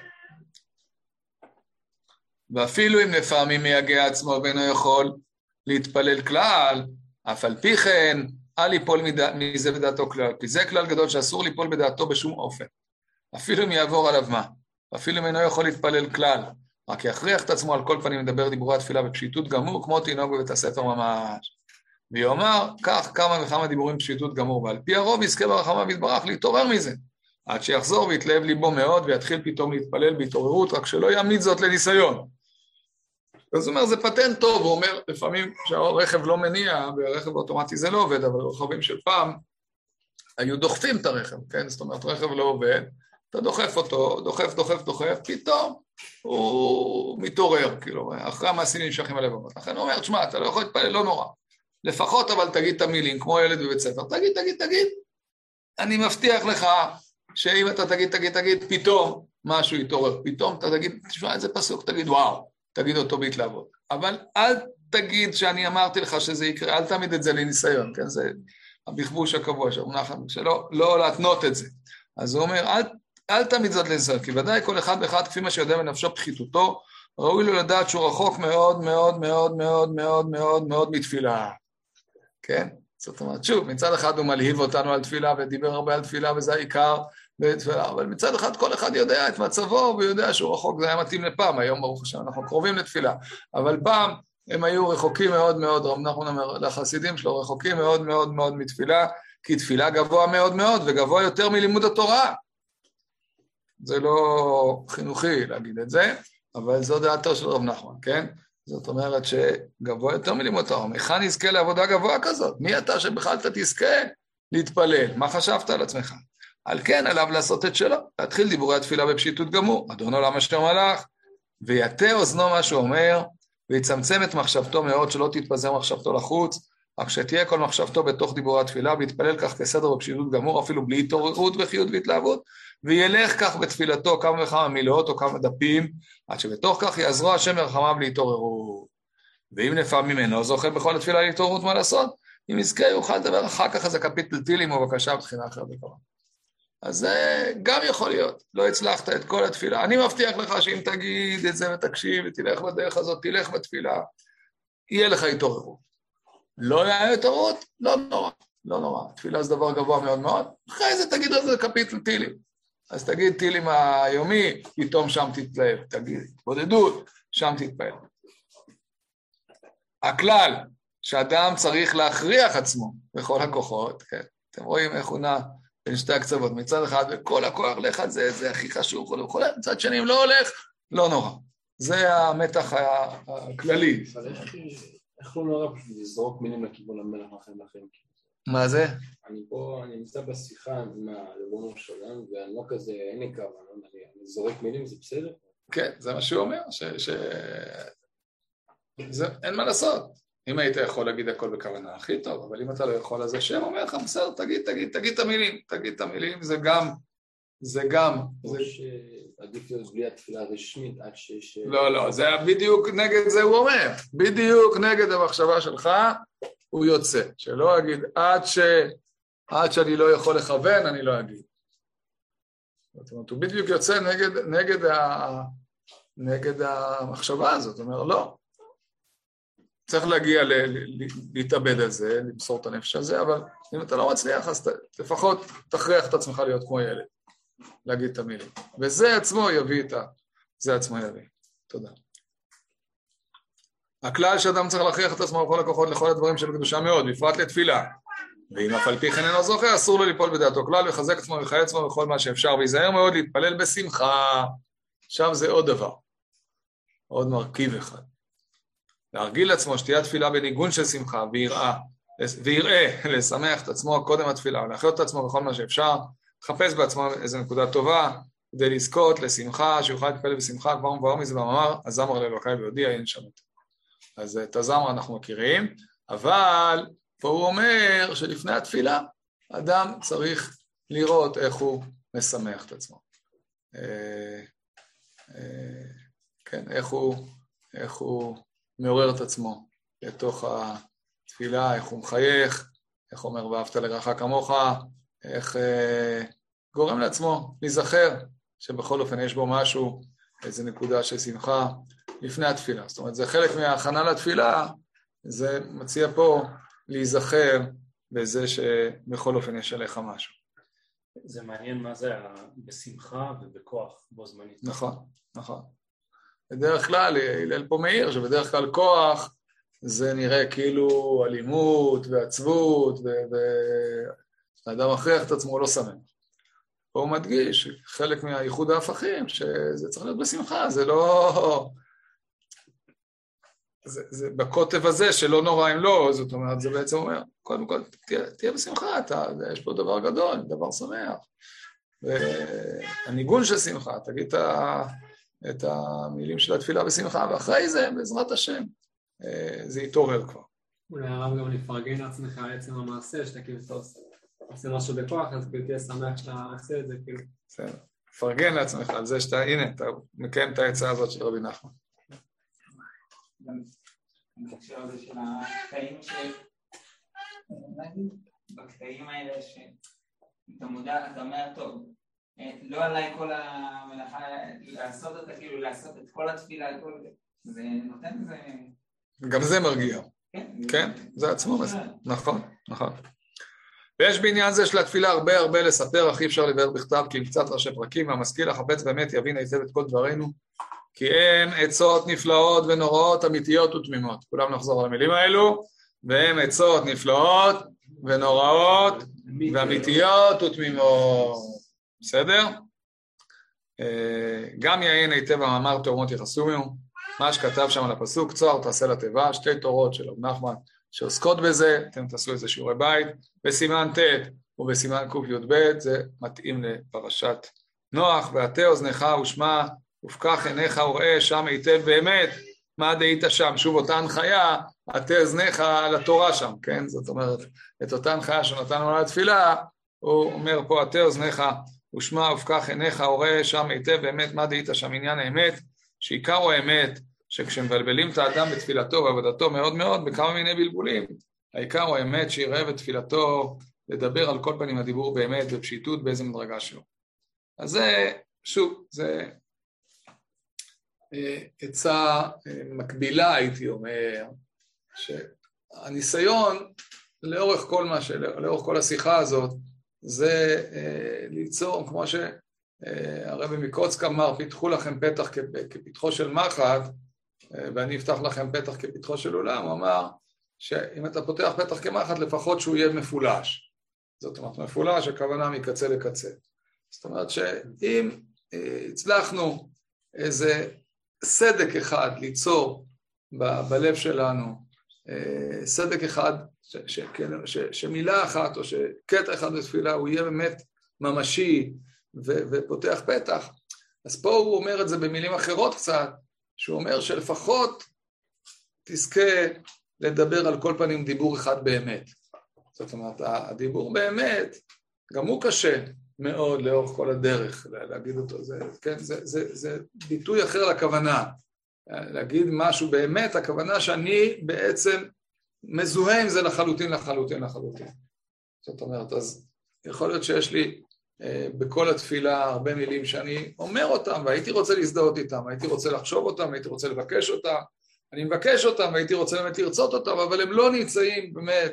ואפילו אם לפעמים מייגע עצמו ואינו יכול להתפלל כלל, אף על פי כן, אל ליפול מזה בדעתו כלל, כי זה כלל גדול שאסור ליפול בדעתו בשום אופן. אפילו אם יעבור עליו מה, אפילו אם אינו יכול להתפלל כלל, רק יכריח את עצמו על כל פנים לדבר דיבורי התפילה בפשיטות גמור, כמו תינוק בבית הספר ממש. ויאמר, כך כמה וכמה דיבורים בפשיטות גמור, ועל פי הרוב יזכה ברחמיו יתברך להתעורר מזה, עד שיחזור ויתלהב ליבו מאוד, ויתחיל פתאום להתפלל בהתעוררות, רק שלא יעמיד זאת לניסיון. אז הוא אומר, זה פטנט טוב, הוא אומר, לפעמים שהרכב לא מניע, ורכב אוטומטי זה לא עובד, אבל רכבים של פעם היו דוחפים את הרכב, כן? זאת אומרת, רכב לא עובד, אתה דוחף אותו, דוחף, פתאום הוא מתעורר, כאילו, אחרי המעשים נמשכים הלבבות. לכן הוא אומר, תשמע, אתה לא יכול להתפלל, לא נורא. לפחות אבל תגיד את המילים, כמו ילד בבית ספר, תגיד. אני מבטיח לך שאם אתה תגיד, פתאום משהו יתעורר, פתאום אתה תגיד, תשמע איזה פסוק, תגיד וואו, תגיד אותו בהתלהבות. אבל אל תגיד שאני אמרתי לך שזה יקרה, אל תעמיד את זה לניסיון, כן? זה הבכבוש הקבוע שלא להתנות את זה. אז הוא אומר, אל תעמיד זאת לניסיון, כי ודאי כל אחד ואחד, כפי מה שיודע מנפשו פחיתותו, ראוי לו לדעת שהוא רחוק מאוד מתפילה. כן? זאת אומרת, שוב, מצד אחד הוא מלהיב אותנו על תפילה, ודיבר הרבה על תפילה, וזה העיקר בתפילה, אבל מצד אחד כל אחד יודע את מצבו, ויודע שהוא רחוק, זה היה מתאים לפעם, היום ברוך השם, אנחנו קרובים לתפילה, אבל פעם הם היו רחוקים מאוד, רב נחמן אומר לחסידים שלו, רחוקים מאוד מתפילה, כי תפילה גבוה מאוד, וגבוה יותר מלימוד התורה. זה לא חינוכי להגיד את זה, אבל זו דעתו של רב נחמן, כן? זאת אומרת שגבוה יותר מלימוד תורה, איך נזכה לעבודה גבוהה כזאת? מי אתה שבכלל אתה תזכה להתפלל? מה חשבת על עצמך? על כן עליו לעשות את שלו, להתחיל דיבורי התפילה בפשיטות גמור, אדון עולם אשר מלך, ויתה אוזנו מה שהוא אומר, ויצמצם את מחשבתו מאוד, שלא תתפזר מחשבתו לחוץ, רק שתהיה כל מחשבתו בתוך דיבורי התפילה, ויתפלל כך כסדר בפשיטות גמור, אפילו בלי התעוררות וחיות והתלהבות, וילך כך בתפילתו כמה וכמה מילות או כמה דפים, עד שבתוך כך יעזרו השם ברחמיו להתעוררות. ואם לפעמים אינו זוכה בכל התפילה להתעוררות מה לעשות, אם יזכה יוכל לדבר אחר כך איזה קפיטל תהילים או בבקשה בתחינה אחרת בקרוב. אז זה גם יכול להיות, לא הצלחת את כל התפילה. אני מבטיח לך שאם תגיד את זה ותקשיב ותלך בדרך הזאת, תלך בתפילה, יהיה לך התעוררות. לא יהיה התעוררות? לא נורא, לא נורא. תפילה זה דבר גבוה מאוד מאוד. אחרי זה תגיד על זה קפיטל תהילים. אז תגיד תהילים היומי, פתאום שם תתלהב. תגיד בודדות, שם תתפעל. הכלל שאדם צריך להכריח עצמו בכל הכוחות, כן? אתם רואים איך הוא נע בין שתי הקצוות, מצד אחד וכל הכוח לך על זה, זה הכי חשוב, מצד שני אם לא הולך, לא נורא. זה המתח הכללי. איך לא נורא פשוט לזרוק מילים לכיוון המלך לכם? מה זה? אני פה, אני נמצא בשיחה עם הריבונו של עולם, ואני לא כזה, אין לי כוונה, אני זורק מילים, זה בסדר? כן, זה מה שהוא אומר, אין מה לעשות. אם היית יכול להגיד הכל בכוונה, הכי טוב, אבל אם אתה לא יכול, אז השם אומר לך, בסדר, תגיד את המילים, זה גם. עדיף להיות בלי התפילה הרשמית עד שיש... לא, זה בדיוק נגד זה הוא אומר, בדיוק נגד המחשבה שלך, הוא יוצא, שלא אגיד, עד שאני לא יכול לכוון, אני לא אגיד. זאת אומרת, הוא בדיוק יוצא נגד המחשבה הזאת, הוא אומר, לא. צריך להגיע להתאבד על זה, למסור את הנפש על זה, אבל אם אתה לא מצליח, אז לפחות תכריח את עצמך להיות כמו ילד, להגיד את המילים. וזה עצמו יביא תודה. הכלל שאדם צריך להכריח את עצמו בכל הכוחות לכל הדברים שבקדושה מאוד, בפרט לתפילה. ואם אף על פי כן אינו זוכה, אסור לו ליפול בדעתו כלל, וחזק עצמו וחי עצמו בכל מה שאפשר, ויזהר מאוד להתפלל בשמחה. עכשיו זה עוד דבר, עוד מרכיב אחד. להרגיל לעצמו שתהיה תפילה בניגון של שמחה ויראה לשמח את עצמו קודם התפילה ולהחיות את עצמו בכל מה שאפשר, לחפש בעצמו איזו נקודה טובה כדי לזכות לשמחה, שיוכל להתפלל בשמחה, כבר מבואר מזה במאמר, הזמר לאלוקי ויודיע אין שם. אז את הזמר אנחנו מכירים, אבל פה הוא אומר שלפני התפילה אדם צריך לראות איך הוא משמח את עצמו. כן, איך הוא מעורר את עצמו לתוך התפילה, איך הוא מחייך, איך אומר ואהבת לרעך כמוך, איך גורם לעצמו להיזכר שבכל אופן יש בו משהו, איזו נקודה של שמחה לפני התפילה. זאת אומרת, זה חלק מההכנה לתפילה, זה מציע פה להיזכר בזה שבכל אופן יש עליך משהו. זה מעניין מה זה בשמחה ובכוח בו זמנית. נכון. בדרך כלל, הלל פה מאיר, שבדרך כלל כוח זה נראה כאילו אלימות ועצבות, והאדם מכריח את עצמו לא שמח. פה הוא מדגיש, חלק מהייחוד ההפכים, שזה צריך להיות בשמחה, זה לא... זה בקוטב הזה שלא נורא אם לא, זאת אומרת, זה בעצם אומר, קודם כל, תהיה בשמחה, יש פה דבר גדול, דבר שמח. והניגון של שמחה, תגיד את המילים של התפילה בשמחה, ואחרי זה, בעזרת השם, זה יתעורר כבר. אולי הרב גם לפרגן לעצמך עצם המעשה, שאתה כאילו עושה משהו בכוח, אז כאילו תהיה שמח שאתה עושה את זה, כאילו. בסדר, פרגן לעצמך על זה שאתה, הנה, אתה מקיים את העצה הזאת של רבי נחמן. אני חושב על זה של הקטעים בקטעים האלה שאתה מודע, אתה אומר טוב, לא עליי כל המלאכה לעשות אותה, כאילו לעשות את כל התפילה, זה נותן איזה... גם זה מרגיע. כן, זה עצמו, נכון. ויש בעניין זה של התפילה הרבה לספר, אך אי אפשר לבאר בכתב, כי עם קצת ראשי פרקים, והמשכיל החפץ באמת יבין היטב את כל דברינו, כי הם עצות נפלאות ונוראות, אמיתיות ותמימות. כולם נחזור על המילים האלו, והם עצות נפלאות ונוראות ואמיתיות ותמימות. בסדר? גם יעיין היטב המאמר תאומות יחסומיו, מה שכתב שם על הפסוק, צוהר תעשה לתיבה, שתי תורות של רב נחמן שעוסקות בזה, אתם תעשו איזה שיעורי בית, בסימן ט' ובסימן קי"ב, זה מתאים לפרשת נוח, ועטה אוזנך ושמע, ופקח עיניך וראה שם היטב באמת, מה דהית שם, שוב אותה הנחיה, עטה אוזניך לתורה שם, כן? זאת אומרת, את אותה הנחיה שנתנו לתפילה, הוא אומר פה עטה אוזניך ושמע ופקח עיניך וראה שם היטב באמת, מה דהית שם עניין האמת, שעיקר הוא האמת, שכשמבלבלים את האדם בתפילתו ועבודתו מאוד מאוד, בכמה מיני בלבולים, העיקר הוא האמת שיראה בתפילתו, לדבר על כל פנים הדיבור באמת בפשיטות באיזה מדרגה שלו. אז זה, שוב, זה עצה מקבילה, הייתי אומר, שהניסיון לאורך כל השיחה הזאת, זה ליצור, כמו שהרבי מקוצק אמר, פיתחו לכם פתח כפתחו של מחט, ואני אפתח לכם פתח כפתחו של עולם, הוא אמר שאם אתה פותח פתח כמחט, לפחות שהוא יהיה מפולש. זאת אומרת, מפולש, הכוונה מקצה לקצה. זאת אומרת שאם הצלחנו איזה סדק אחד ליצור בלב שלנו, סדק אחד, שמילה אחת או שקטע אחד בתפילה הוא יהיה באמת ממשי ופותח פתח, אז פה הוא אומר את זה במילים אחרות קצת, שהוא אומר שלפחות תזכה לדבר על כל פנים דיבור אחד באמת. זאת אומרת, הדיבור באמת, גם הוא קשה מאוד לאורך כל הדרך, להגיד אותו, זה ביטוי אחר לכוונה. להגיד משהו באמת, הכוונה שאני בעצם מזוהה עם זה לחלוטין. זאת אומרת, אז יכול להיות שיש לי בכל התפילה הרבה מילים שאני אומר אותם, והייתי רוצה להזדהות איתם, הייתי רוצה לחשוב אותם, הייתי רוצה לבקש אותם, אני מבקש אותם, והייתי רוצה באמת לרצות אותם, אבל הם לא נמצאים באמת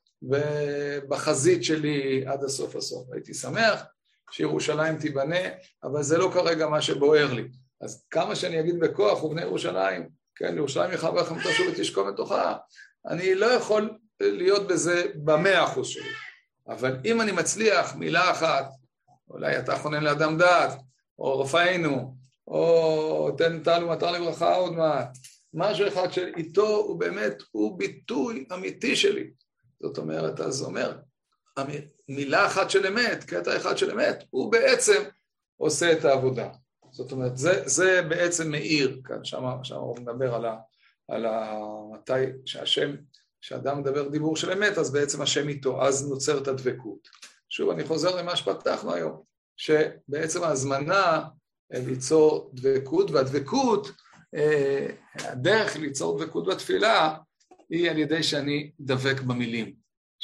בחזית שלי עד הסוף. הייתי שמח שירושלים תיבנה, אבל זה לא כרגע מה שבוער לי. אז כמה שאני אגיד בכוח, ובני ירושלים, כן, ירושלים יחרבה לכם תשוב ותשכון בתוכה, אני לא יכול להיות בזה ב100% שלי. אבל אם אני מצליח מילה אחת, אולי אתה חונן לאדם דעת, או רפאנו, או תן תעלו מטר לברכה עוד מעט, משהו אחד שאיתו הוא באמת, הוא ביטוי אמיתי שלי. זאת אומרת, אז אומר, מילה אחת של אמת, קטע אחד של אמת, הוא בעצם עושה את העבודה. זאת אומרת, זה בעצם מאיר, כאן שם הוא מדבר על מתי שאדם מדבר דיבור של אמת, אז בעצם השם איתו, אז נוצרת הדבקות. שוב, אני חוזר למה שפתחנו היום, שבעצם ההזמנה ליצור דבקות, והדבקות, הדרך ליצור דבקות בתפילה, היא על ידי שאני דבק במילים,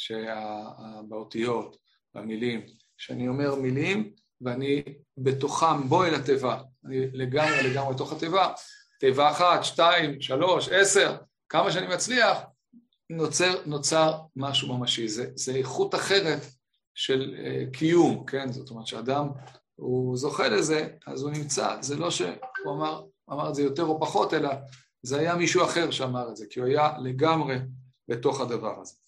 באותיות, במילים, שאני אומר מילים, ואני בתוכם בוא אל התיבה, אני לגמרי בתוך התיבה, תיבה 1, 2, 3, 10, כמה שאני מצליח, נוצר משהו ממשי, זה איכות אחרת של קיום, כן? זאת אומרת שאדם הוא זוכה לזה, אז הוא נמצא, זה לא שהוא אמר את זה יותר או פחות, אלא זה היה מישהו אחר שאמר את זה, כי הוא היה לגמרי בתוך הדבר הזה.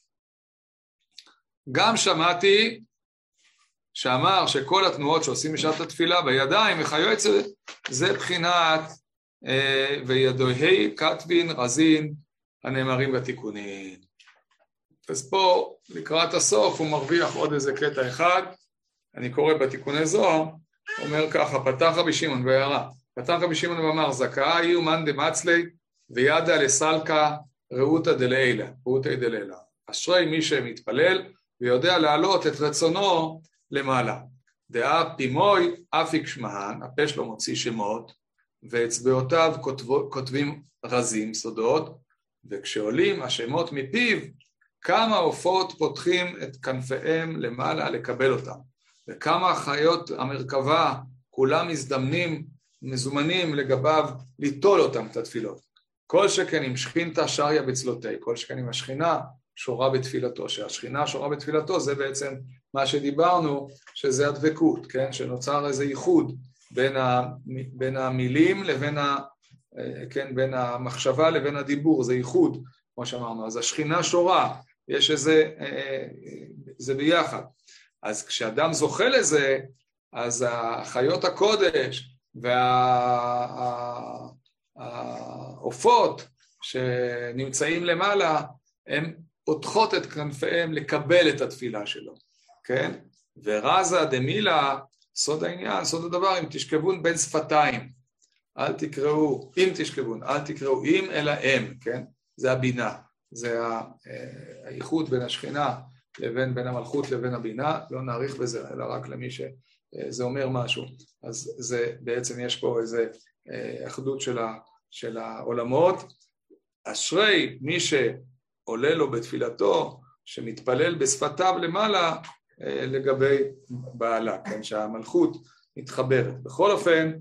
גם שמעתי שאמר שכל התנועות שעושים בשעת התפילה בידיים וכיוצא, זה בחינת וידוהי כתבין רזין הנאמרים בתיקונים. אז פה לקראת הסוף הוא מרוויח עוד איזה קטע אחד, אני קורא בתיקוני זוהר, אומר ככה, פתח רבי שמעון בהערה, פתח רבי שמעון ואמר, זכאי אומן דמצלי וידע לסלקה ראותא דלילה, אשרי מי שמתפלל ויודע להעלות את רצונו למעלה. דעה פימוי אפיק שמהן, הפה שלו מוציא שמות, ואצבעותיו כותבים רזים, סודות, וכשעולים השמות מפיו, כמה עופות פותחים את כנפיהם למעלה לקבל אותם, וכמה חיות המרכבה, כולם מזומנים לגביו ליטול אותם את התפילות. כל שכן עם שכינתא שריה בצלותי, כל שכן עם השכינה שורה בתפילתו, שהשכינה שורה בתפילתו זה בעצם מה שדיברנו, שזה הדבקות, כן? שנוצר איזה ייחוד בין המילים לבין כן, בין המחשבה לבין הדיבור, זה ייחוד, כמו שאמרנו, אז השכינה שורה, יש איזה, זה ביחד. אז כשאדם זוכה לזה, אז החיות הקודש והעופות שנמצאים למעלה, הם פותחות את כנפיהם לקבל את התפילה שלו, כן? ורזה דמילה, סוד העניין, סוד הדבר, אם תשכבון בין שפתיים, אל תקראו, אם תשכבון, אל תקראו אם אלא אם, כן? זה הבינה, זה הייחוד בין השכינה בין המלכות לבין הבינה, לא נאריך בזה, אלא רק למי שזה אומר משהו. אז זה בעצם יש פה איזה אחדות של העולמות. אשרי מי עולה לו בתפילתו, שמתפלל בשפתיו למעלה לגבי בעלה, כן, שהמלכות מתחברת. בכל אופן,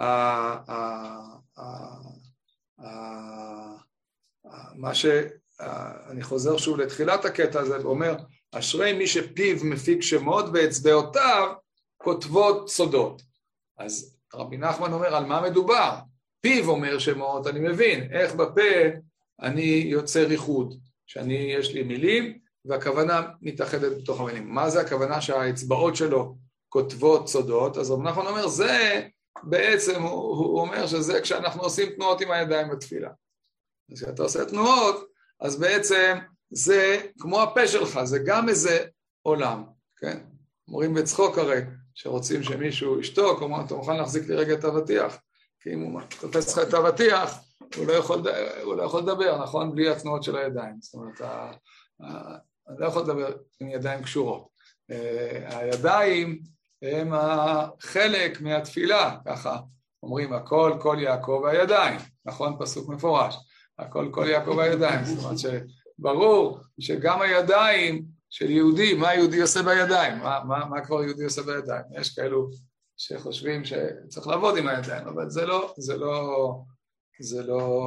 מה שאני חוזר שוב לתחילת הקטע הזה, אומר, אשרי מי שפיו מפיק שמות ואצבעותיו כותבות סודות. אז רבי נחמן אומר, על מה מדובר? פיו אומר שמות, אני מבין, איך בפה אני יוצר ייחוד, יש לי מילים, והכוונה מתאחדת בתוך המילים. מה זה הכוונה שהאצבעות שלו כותבות סודות? אז רבי נחמן אומר, זה בעצם, הוא אומר שזה כשאנחנו עושים תנועות עם הידיים בתפילה. אז כשאתה עושה תנועות, אז בעצם זה כמו הפה שלך, זה גם איזה עולם, כן? אומרים בצחוק הרי, שרוצים שמישהו ישתוק, אומרים, אתה מוכן להחזיק לי רגע את אבטיח, כי אם הוא תופס לך את האבטיח, הוא לא יכול לדבר, נכון? בלי התנועות של הידיים. זאת אומרת, אני לא יכול לדבר עם ידיים קשורות. הידיים הם החלק מהתפילה, ככה אומרים, הכל כל יעקב והידיים, נכון? פסוק מפורש, הכל כל יעקב והידיים. זאת אומרת שברור שגם הידיים של יהודי, מה יהודי עושה בידיים? מה כבר יהודי עושה בידיים? יש כאלו שחושבים שצריך לעבוד עם הידיים, אבל זה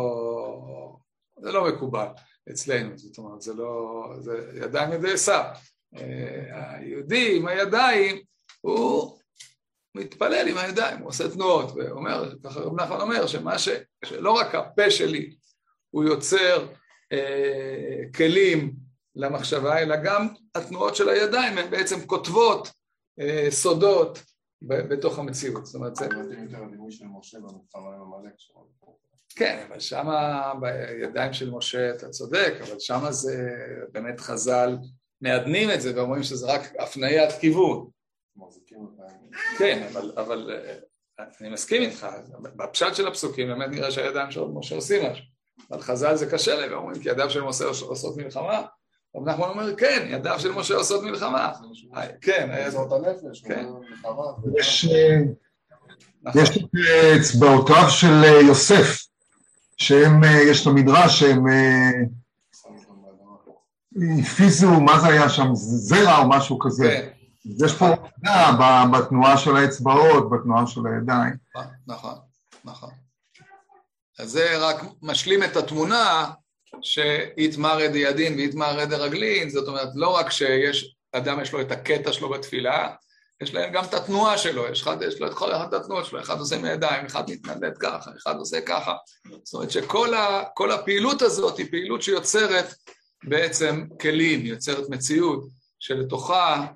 לא מקובל אצלנו, זאת אומרת, זה ידיים ידי עשיו. היהודי עם הידיים, הוא מתפלל עם הידיים, הוא עושה תנועות, ואומר, ככה רב נחמן אומר, שלא רק הפה שלי הוא יוצר כלים למחשבה, אלא גם התנועות של הידיים הן בעצם כותבות סודות בתוך המציאות. זאת אומרת, זה מתאים יותר הדימוי של משה במלחמה עם עמלק. כן, אבל שמה בידיים של משה אתה צודק, אבל שמה זה באמת חז"ל מעדנים את זה ואומרים שזה רק הפניית כיוון. כן, אבל אני מסכים איתך, בפשט של הפסוקים באמת נראה שהידיים של משה עושים משהו, אבל חז"ל זה קשה להם, אומרים כי ידיו של משה עושות מלחמה, רב נחמן אומר כן, ידיו של משה עושות מלחמה. כן, זאת הנפש, מלחמה. יש את אצבעותיו של יוסף, יש לו מדרש שהם הפיזו, מה זה היה שם, זרע או משהו כזה. יש פה בתנועה של האצבעות, בתנועה של הידיים. נכון. אז זה רק משלים את התמונה שיתמר ידי ידין ויתמר ידי רגלין, זאת אומרת לא רק שיש אדם יש לו את הקטע שלו בתפילה, יש להם גם את התנועה שלו, יש לו את כל אחד את התנועות שלו, אחד עושה מידיים, אחד מתנדד ככה, אחד עושה ככה, זאת אומרת שכל הפעילות הזאת היא פעילות שיוצרת בעצם כלים, יוצרת מציאות שלתוכה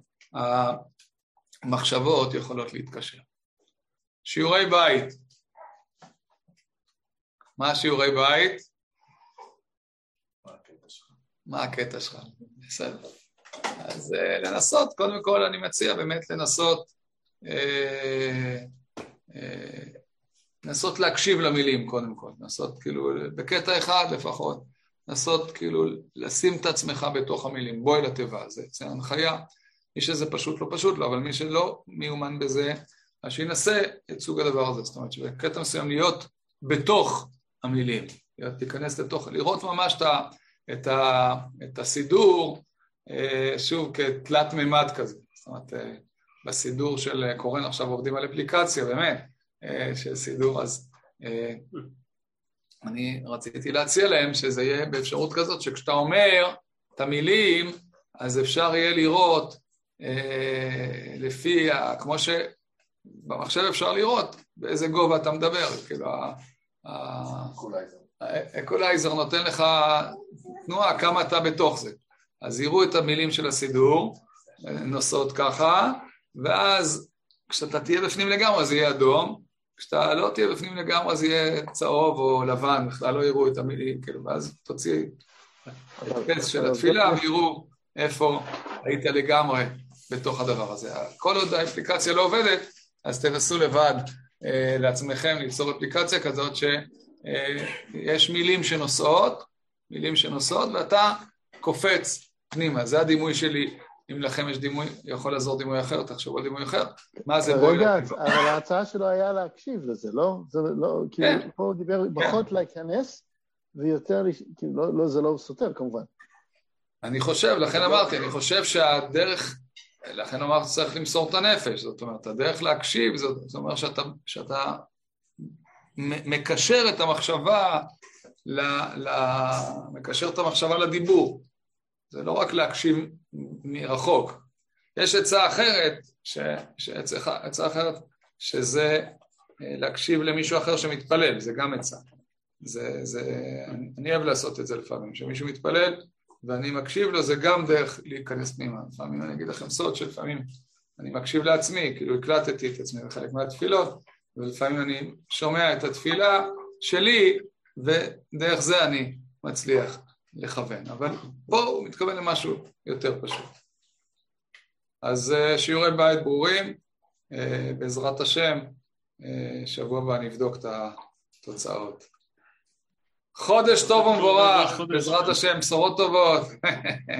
המחשבות יכולות להתקשר. שיעורי בית. מה שיעורי בית? מה הקטע שלך? בסדר. אז לנסות, קודם כל אני מציע באמת לנסות להקשיב למילים קודם כל, לנסות כאילו בקטע אחד לפחות, לנסות כאילו לשים את עצמך בתוך המילים, בואי לתיבה, זה הנחיה, מי שזה פשוט לא פשוט לו, אבל מי שלא מיומן בזה, אז שינסה את סוג הדבר הזה, זאת אומרת שבקטע מסוים להיות בתוך המילים, תיכנס לתוך, לראות ממש את הסידור, שוב כתלת מימד כזה, זאת אומרת בסידור של קורן עכשיו עובדים על אפליקציה באמת, של סידור, אז אני רציתי להציע להם שזה יהיה באפשרות כזאת שכשאתה אומר את המילים אז אפשר יהיה לראות לפי, כמו שבמחשב אפשר לראות באיזה גובה אתה מדבר, כאילו האקולייזר נותן לך תנועה כמה אתה בתוך זה, אז יראו את המילים של הסידור, נוסעות ככה, ואז כשאתה תהיה בפנים לגמרי זה יהיה אדום, כשאתה לא תהיה בפנים לגמרי זה יהיה צהוב או לבן, בכלל לא יראו את המילים, כאילו, ואז תוציא את הפס של התפילה ויראו איפה היית לגמרי בתוך הדבר הזה. כל עוד האפליקציה לא עובדת, אז תנסו לבד לעצמכם ליצור אפליקציה כזאת שיש מילים שנוסעות ואתה קופץ פנימה, זה הדימוי שלי. אם לכם יש דימוי, יכול לעזור דימוי אחר, תחשבו על דימוי אחר. מה זה בואי להקשיב? אבל ההצעה שלו היה להקשיב לזה, לא? זה לא, כי פה הוא דיבר פחות להיכנס, ויותר, כאילו, לא, זה לא סותר כמובן, אני חושב, לכן אמרתי, אני חושב שהדרך, לכן אמרתי צריך למסור את הנפש, זאת אומרת, הדרך להקשיב, זאת אומרת שאתה מקשר את המחשבה, מקשר את המחשבה לדיבור. זה לא רק להקשיב מרחוק. יש עצה אחרת, עצה אחרת, שזה להקשיב למישהו אחר שמתפלל, זה גם עצה. אני אוהב לעשות את זה לפעמים, שמישהו מתפלל ואני מקשיב לו, זה גם דרך להיכנס פנימה. לפעמים אני אגיד לכם סוד שלפעמים אני מקשיב לעצמי, כאילו הקלטתי את עצמי בחלק מהתפילות, ולפעמים אני שומע את התפילה שלי, ודרך זה אני מצליח לכוון. אבל פה הוא מתכוון למשהו יותר פשוט. אז שיעורי בית ברורים, בעזרת השם, שבוע הבא נבדוק את התוצאות. חודש טוב ומבורך, בעזרת השם, בשורות טובות.